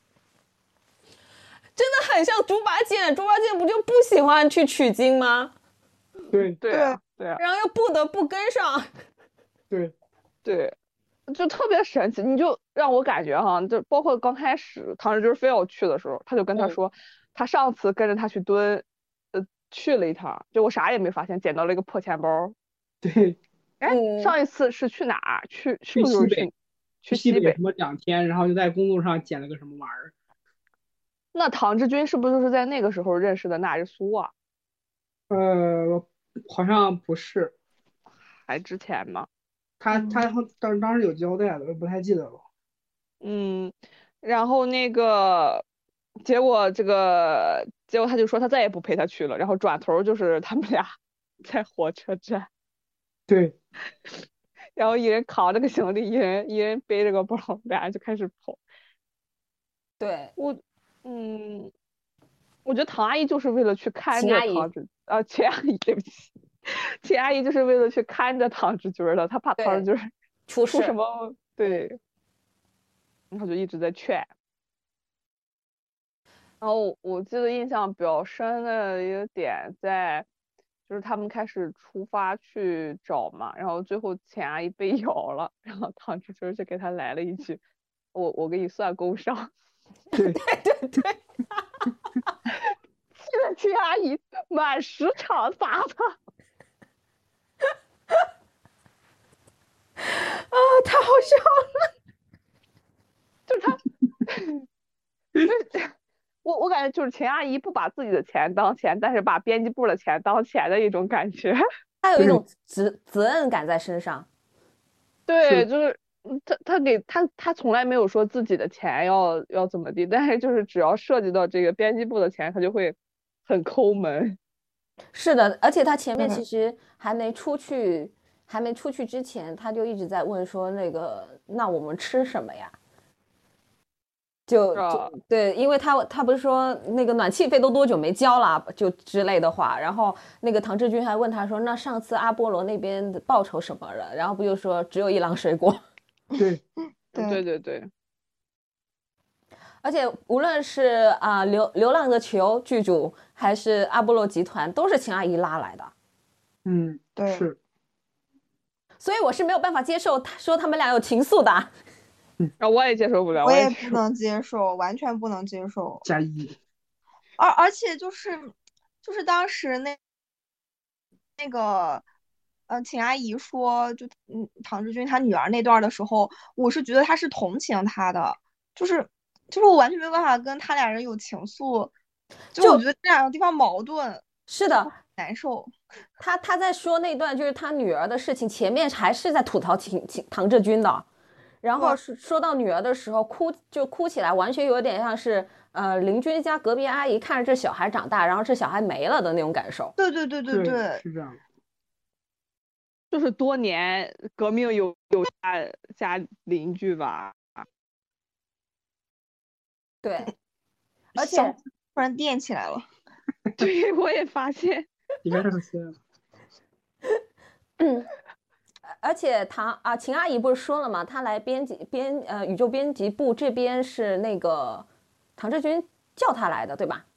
[SPEAKER 2] 真的很像猪八戒。猪八戒不就不喜欢去取经吗？
[SPEAKER 5] 对
[SPEAKER 4] 对啊，
[SPEAKER 2] 然后又不得不跟上。
[SPEAKER 4] 对，就特别神奇。你就让我感觉哈，就包括刚开始唐日军非要去的时候，他就跟他说，他上次跟着他去蹲，去了一趟，就我啥也没发现，捡到了一个破钱包。
[SPEAKER 5] 对，
[SPEAKER 4] 上一次是去哪儿？去
[SPEAKER 5] 西北，
[SPEAKER 4] 去西北
[SPEAKER 5] 什么2天，然后就在公路上捡了个什么玩意儿。
[SPEAKER 4] 那唐志军是不是就是在那个时候认识的那日苏啊？
[SPEAKER 5] 好像不是，
[SPEAKER 4] 还之前吗？
[SPEAKER 5] 他当时有交代的，我不太记得了。
[SPEAKER 4] 然后那个结果他就说他再也不陪他去了，然后转头就是他们俩在火车站。
[SPEAKER 5] 对，
[SPEAKER 4] 然后一人扛着个行李，一人背着个包，俩人就开始跑。
[SPEAKER 2] 对，
[SPEAKER 4] 我觉得唐阿姨就是为了去看着秦阿姨，对不起，秦阿姨就是为了去看着唐志军的，她怕唐志军出什么，对，然后就一直在劝。然后我记得印象比较深的一个点在，就是他们开始出发去找嘛，然后最后秦阿姨被咬了，然后唐志军就给他来了一句：“我给你算工伤。”
[SPEAKER 5] 对，
[SPEAKER 4] 气得秦阿姨满10场打他。
[SPEAKER 2] 啊，太好笑了。
[SPEAKER 4] 就是他，就是我感觉就是秦阿姨不把自己的钱当钱，但是把编辑部的钱当钱的一种感觉。
[SPEAKER 2] 他有一种责任感在身上。
[SPEAKER 4] 对，就是他从来没有说自己的钱要怎么地，但是就是只要涉及到这个编辑部的钱，他就会很抠门。
[SPEAKER 2] 是的，而且他前面其实还没出去之前，他就一直在问说那我们吃什么呀？就对，因为他不是说那个暖气费都多久没交了，就之类的话。然后那个唐志军还问他说，那上次阿波罗那边的报酬什么了？然后不就说只有一篮水果。
[SPEAKER 5] 对，
[SPEAKER 4] 对。
[SPEAKER 2] 而且无论是流浪的球剧组还是阿波罗集团，都是秦阿姨拉来的。
[SPEAKER 6] 对，
[SPEAKER 5] 是。
[SPEAKER 2] 所以我是没有办法接受他说他们俩有情愫的。
[SPEAKER 4] 我也接受不了，
[SPEAKER 6] 我也不能接受，完全不能接受。
[SPEAKER 5] 加一。
[SPEAKER 6] 而且就是当时那个秦阿姨说唐志军他女儿那段的时候，我是觉得他是同情他的，就是我完全没有办法跟他俩人有情愫，就我觉得这两个地方矛盾。
[SPEAKER 2] 是的，
[SPEAKER 6] 难受。
[SPEAKER 2] 他在说那段就是他女儿的事情，前面还是在吐槽唐志军的，然后说到女儿的时候哭起来，完全有点像是邻居家隔壁阿姨看着这小孩长大，然后这小孩没了的那种感受。
[SPEAKER 6] 对，
[SPEAKER 5] 是这样。
[SPEAKER 4] 就是多年革命有家邻居吧。
[SPEAKER 2] 对，而且
[SPEAKER 6] 突然电起来了。
[SPEAKER 4] 对，我也发现。
[SPEAKER 5] 应该是先。
[SPEAKER 2] 而且秦阿姨不是说了吗？她来宇宙编辑部这边是那个唐志军叫她来的，对吧？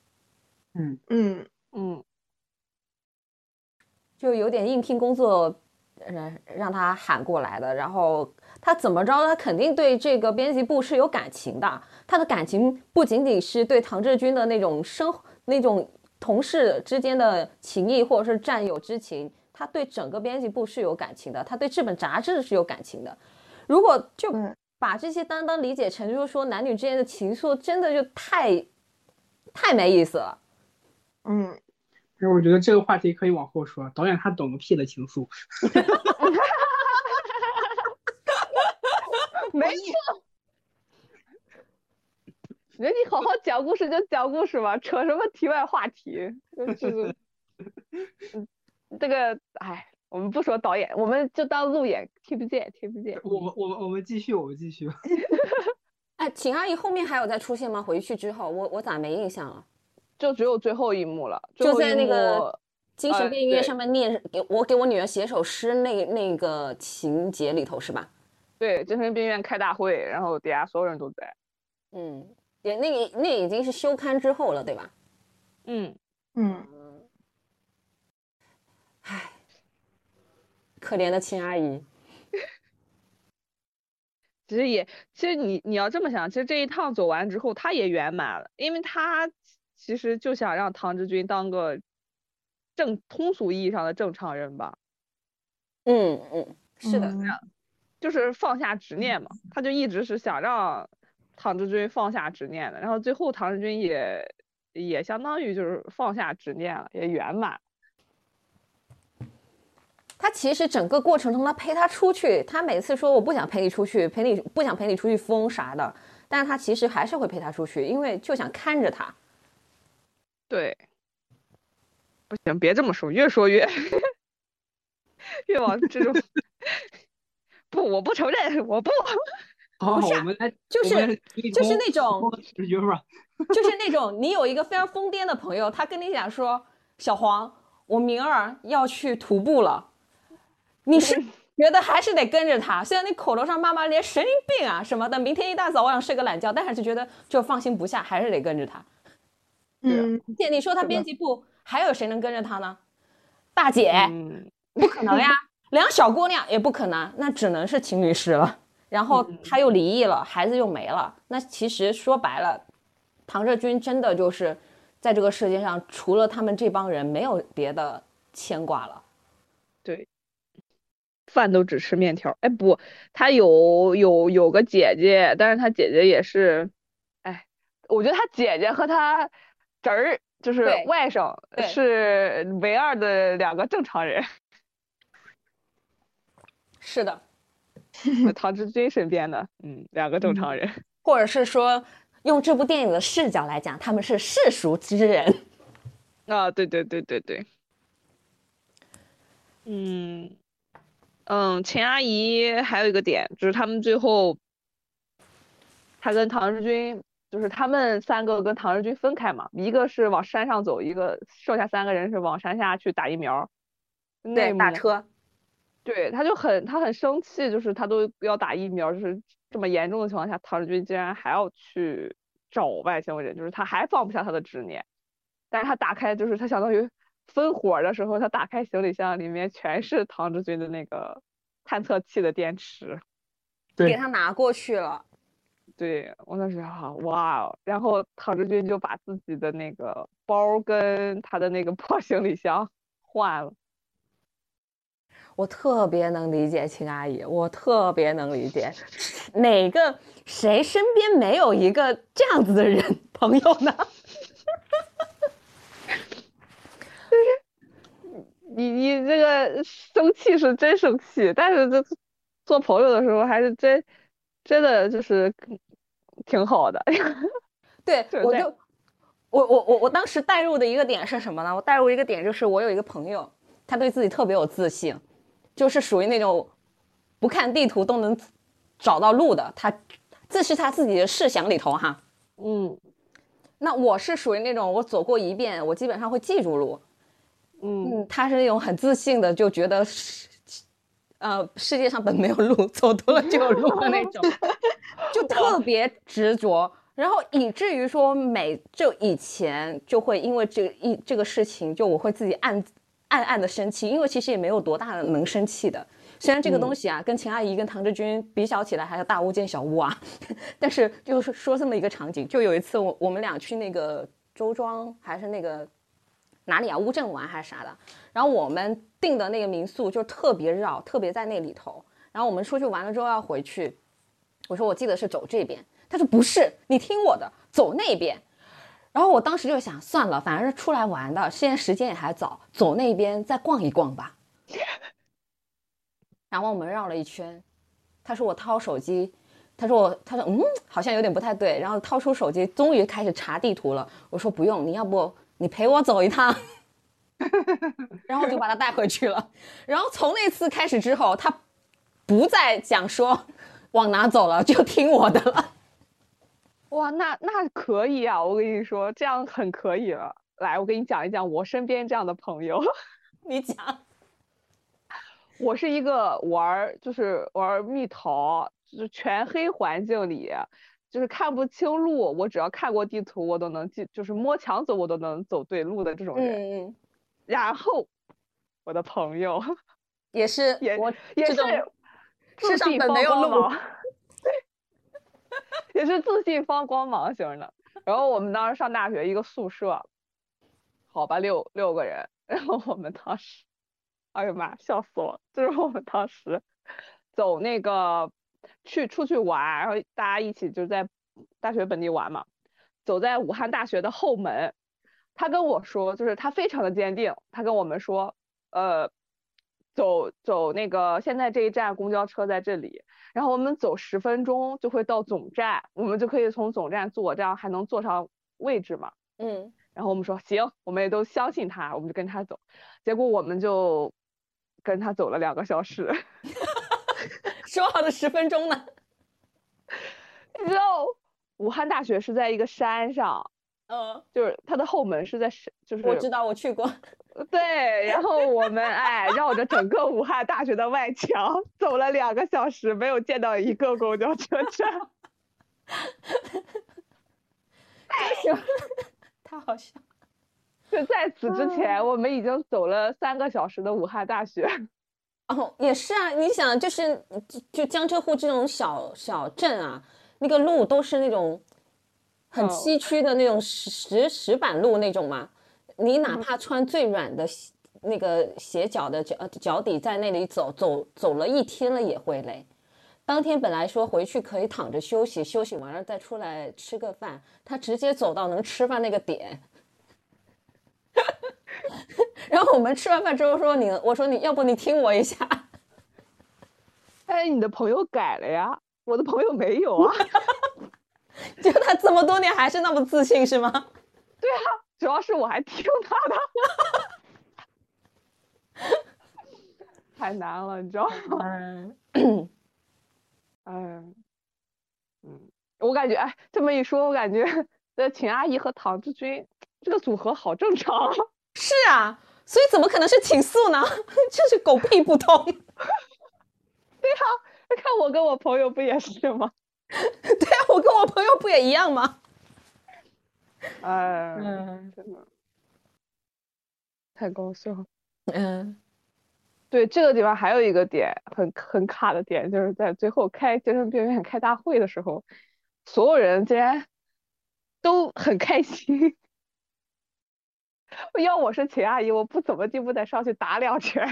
[SPEAKER 2] 就有点应聘工作，让他喊过来的。然后他怎么着，他肯定对这个编辑部是有感情的。他的感情不仅仅是对唐志军的那种同事之间的情谊或者是战友之情，他对整个编辑部是有感情的，他对这本杂志是有感情的。如果就把这些单单理解成就是说男女之间的情愫，真的就太没意思了。
[SPEAKER 5] 我觉得这个话题可以往后说，导演他懂个屁的情愫。
[SPEAKER 4] 没错。人你好好讲故事就讲故事吧，扯什么题外话题？就是这个，哎，我们不说导演，我们就当路演，听不见。
[SPEAKER 5] 我们继续。
[SPEAKER 2] 哎，秦阿姨后面还有再出现吗？回去之后，我咋没印象了？
[SPEAKER 4] 就只有最后一幕了，
[SPEAKER 2] 就在那个精神病院上面念给我女儿写首诗那个情节里头是吧？
[SPEAKER 4] 对，精神病院开大会，然后底下所有人都在。
[SPEAKER 2] 那已经是休刊之后了，对吧？唉，可怜的秦阿姨。
[SPEAKER 4] 其实你要这么想，其实这一趟走完之后，他也圆满了，因为他其实就想让唐志军当个通俗意义上的正常人吧。
[SPEAKER 2] 是的，
[SPEAKER 4] 就是放下执念嘛，他就一直是想让唐志军放下执念的，然后最后唐志军也相当于就是放下执念了，也圆满。
[SPEAKER 2] 他其实整个过程中，他陪他出去，他每次说我不想陪你出去，不想陪你出去疯啥的，但是他其实还是会陪他出去，因为就想看着他。
[SPEAKER 4] 对，不行，别这么说，越说越越往这种不，我不承认，我不。
[SPEAKER 5] 好，我们来
[SPEAKER 2] 就是那种
[SPEAKER 5] 就是
[SPEAKER 2] 那种你有一个非常疯癫的朋友，他跟你讲说，小黄，我明儿要去徒步了，你是觉得还是得跟着他，虽然你口头上骂骂咧神经病啊什么的，明天一大早我想睡个懒觉，但还是觉得就放心不下，还是得跟着他。你说他编辑部还有谁能跟着他呢？大姐，不可能呀，两小姑娘也不可能，那只能是秦律师了。然后他又离异了，孩子又没了，那其实说白了，唐志军真的就是在这个世界上除了他们这帮人没有别的牵挂了。
[SPEAKER 4] 对， 饭都只吃面条。哎，不，他有个姐姐，但是他姐姐也是，哎，我觉得他姐姐和他侄儿就是
[SPEAKER 2] 对
[SPEAKER 4] 外甥
[SPEAKER 2] 对
[SPEAKER 4] 是唯二的两个正常人。
[SPEAKER 2] 是的，
[SPEAKER 4] 唐志军身边的，两个正常人。
[SPEAKER 2] 或者是说用这部电影的视角来讲，他们是世俗之人。
[SPEAKER 4] 啊，对对对对对，嗯秦阿姨还有一个点就是他们最后，他跟唐志军就是他们三个跟唐志军分开嘛，一个是往山上走，一个剩下3个人是往山下去打疫苗。那
[SPEAKER 2] 对，打
[SPEAKER 4] 幕，
[SPEAKER 2] 车。
[SPEAKER 4] 对，他很生气，就是他都要打疫苗，就是这么严重的情况下，唐志军竟然还要去找外星人，就是他还放不下他的执念。但是他打开，就是他相当于分火的时候，他打开行李箱，里面全是唐志军的那个探测器的电池，
[SPEAKER 5] 对，
[SPEAKER 2] 给他拿过去了。
[SPEAKER 4] 对，我那时候哇哦，然后唐志军就把自己的那个包跟他的那个破行李箱换了。
[SPEAKER 2] 我特别能理解秦阿姨，我特别能理解，谁身边没有一个这样子的人朋友呢？
[SPEAKER 4] 你这个生气是真生气，但是这做朋友的时候还是真的就是挺好的。
[SPEAKER 2] 对，我当时带入的一个点是什么呢？我带入一个点就是我有一个朋友，他对自己特别有自信，就是属于那种不看地图都能找到路的，这是他自己的设想里头哈。那我是属于那种我走过一遍，我基本上会记住路。他是那种很自信的，就觉得世界上本没有路，走多了就有路的那种，就特别执着。然后以至于说以前就会因为这个事情，就我会自己暗暗的生气，因为其实也没有多大的能生气的。虽然这个东西啊，跟秦阿姨跟唐志军比较起来还是大巫见小巫啊，但是就是说这么一个场景，就有一次我们俩去那个周庄还是那个哪里啊乌镇玩还是啥的，然后我们订的那个民宿就特别绕，特别在那里头，然后我们出去玩了之后要回去，我说我记得是走这边，他说不是，你听我的，走那边。然后我当时就想，算了，反正是出来玩的，现在时间也还早，走那边再逛一逛吧。然后我们绕了一圈，他说我掏手机，他说好像有点不太对，然后掏出手机，终于开始查地图了。我说不用，你要不你陪我走一趟。然后我就把他带回去了。然后从那次开始之后，他不再讲说往哪走了，就听我的了。
[SPEAKER 4] 哇，那可以啊！我跟你说，这样很可以了。来，我给你讲一讲我身边这样的朋友。
[SPEAKER 2] 你讲。
[SPEAKER 4] 我是一个就是玩蜜桃，就是全黑环境里，就是看不清路，我只要看过地图，我都能记，就是摸墙走我都能走对路的这种人。然后我的朋友
[SPEAKER 2] 也是
[SPEAKER 4] 也
[SPEAKER 2] 是
[SPEAKER 4] 自信放光芒，也是自信放光芒型的。然后我们当时上大学一个宿舍，好吧，六个人，然后我们当时。哎呀妈，笑死我！就是我们当时走那个出去玩，然后大家一起就在大学本地玩嘛，走在武汉大学的后门，他跟我说，就是他非常的坚定，他跟我们说，走那个现在这一站公交车在这里，然后我们走10分钟就会到总站，我们就可以从总站坐，这样还能坐上位置嘛。然后我们说行，我们也都相信他，我们就跟他走，结果我们就跟他走了2个小时。
[SPEAKER 2] 说好的10分钟呢？
[SPEAKER 4] 你知道武汉大学是在一个山上，就是它的后门是在就是
[SPEAKER 2] 我知道，我去过。
[SPEAKER 4] 对，然后我们绕着整个武汉大学的外墙走了2个小时，没有见到一个公交车站。
[SPEAKER 2] 太好笑。
[SPEAKER 4] 就在此之前，我们已经走了3个小时的武汉大学。
[SPEAKER 2] 也是啊，你想，就江浙沪这种小镇啊，那个路都是那种很崎岖的那种石板路那种嘛，你哪怕穿最软的那个鞋脚的脚底在那里走了一天了也会累。当天本来说回去可以躺着休息，休息完了再出来吃个饭，他直接走到能吃饭那个点。然后我们吃完饭之后说我说你要不你听我一下。
[SPEAKER 4] 哎，你的朋友改了呀，我的朋友没有啊。
[SPEAKER 2] 就他这么多年还是那么自信是吗？
[SPEAKER 4] 对啊，主要是我还听他的。太难了，你知道吗？我感觉，哎，这么一说，我感觉秦阿姨和唐志军这个组合好正常啊。
[SPEAKER 2] 是啊，所以怎么可能是倾诉呢？就是狗屁不通。
[SPEAKER 4] 对啊，看我跟我朋友不也是吗？
[SPEAKER 2] 对啊，我跟我朋友不也一样吗？
[SPEAKER 4] 真的太搞笑了。对，这个地方还有一个点很卡的点，就是在最后开精神病院开大会的时候，所有人竟然都很开心。要我是秦阿姨，我不怎么地不得上去打2拳。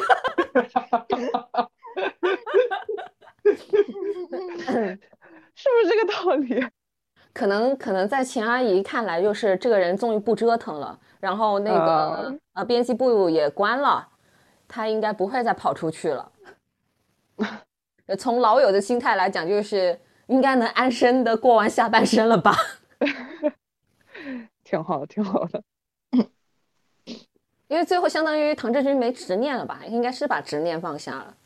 [SPEAKER 4] 是不是这个道理？
[SPEAKER 2] 可能在秦阿姨看来，就是这个人终于不折腾了，然后那个编辑部也关了，他应该不会再跑出去了。从老友的心态来讲，就是应该能安生的过完下半生了吧。
[SPEAKER 4] 挺好的，挺好的。
[SPEAKER 2] 因为最后相当于唐志军没执念了吧，应该是把执念放下了。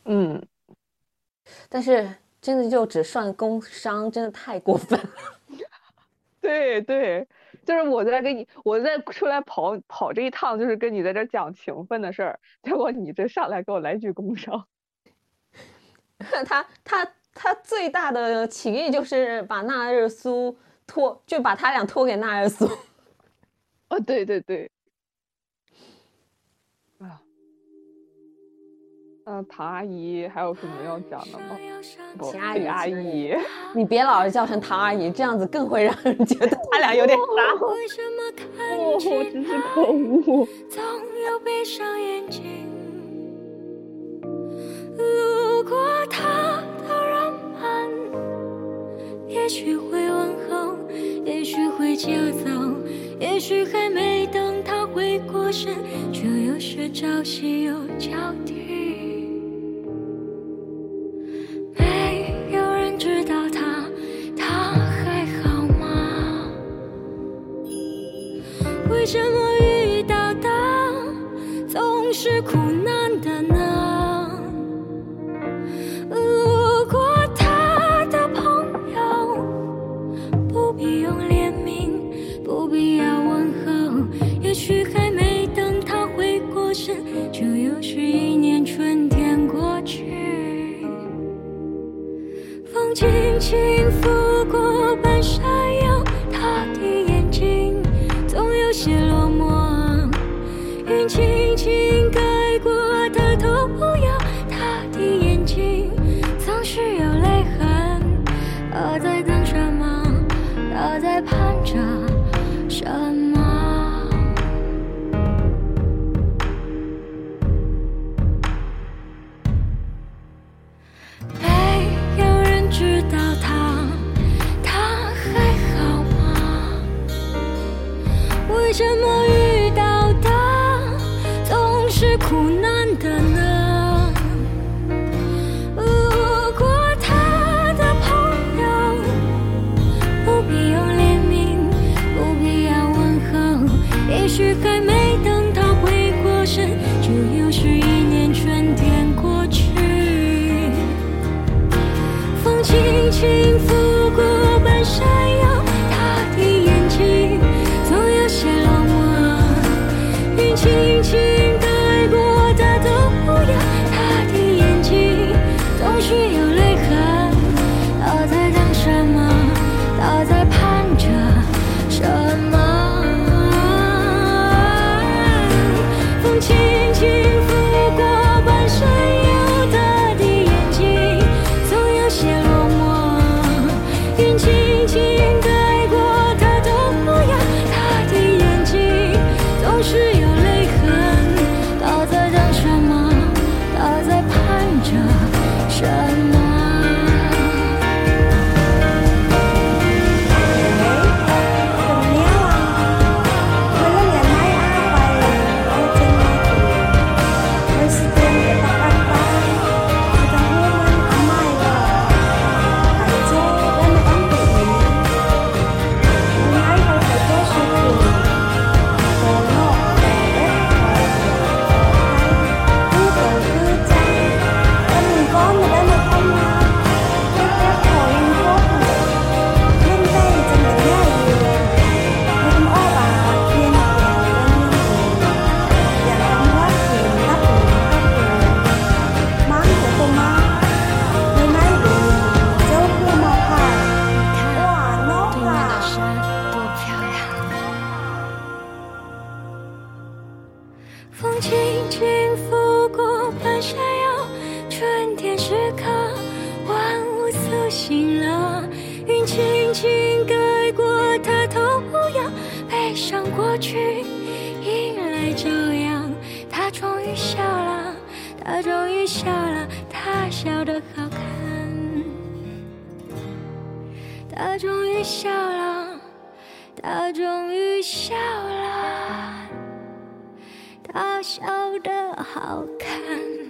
[SPEAKER 2] 但是真的就只算工伤，真的太过分了。
[SPEAKER 4] 对对，就是我在出来跑这一趟，就是跟你在这讲情分的事儿，结果你这上来给我来句工伤。
[SPEAKER 2] 他最大的情谊就是把纳日苏就把他俩拖给纳日苏。
[SPEAKER 4] 对对对。唐阿姨还有什么要讲的吗？
[SPEAKER 2] 秦
[SPEAKER 4] 阿姨，
[SPEAKER 2] 你别老是叫成唐阿姨，这样子更会让人觉得他俩有点傻。
[SPEAKER 4] 我真是可恶。
[SPEAKER 3] 总有闭上眼睛，路过他的人们，也许会问候，也许会接走，也许还没等他回过神，就又是朝夕又交替。为什么遇到的总是苦难的呢？路过他的朋友，不必用怜悯，不必要问候，也许还没等他回过神，就又是一年春天过去。风轻轻拂过半山腰，他的眼睛总有些落寞，云轻轻盖过他头不摇，他的眼睛总是有泪痕。他在等什么？他在盼着什么？没有人知道他还好吗？为什么遇到的总是苦难的呢？路过他的朋友，不必用怜悯，不必要问候，也许还没等他回过神，就又是一年春天过去。风轻轻拂过半山腰，他的眼睛总有些落寞，云轻轻盖过他的不摇，他的眼睛总是有泪痕。他在等什么？他在盼着什么？风轻轻拂过半山腰，他的眼睛总有些落寞，云轻轻盖过他的不摇，他的眼睛总是有泪痕。
[SPEAKER 7] 他终于笑了，他笑得好看。他终于笑了，他终于笑了，他笑得好看。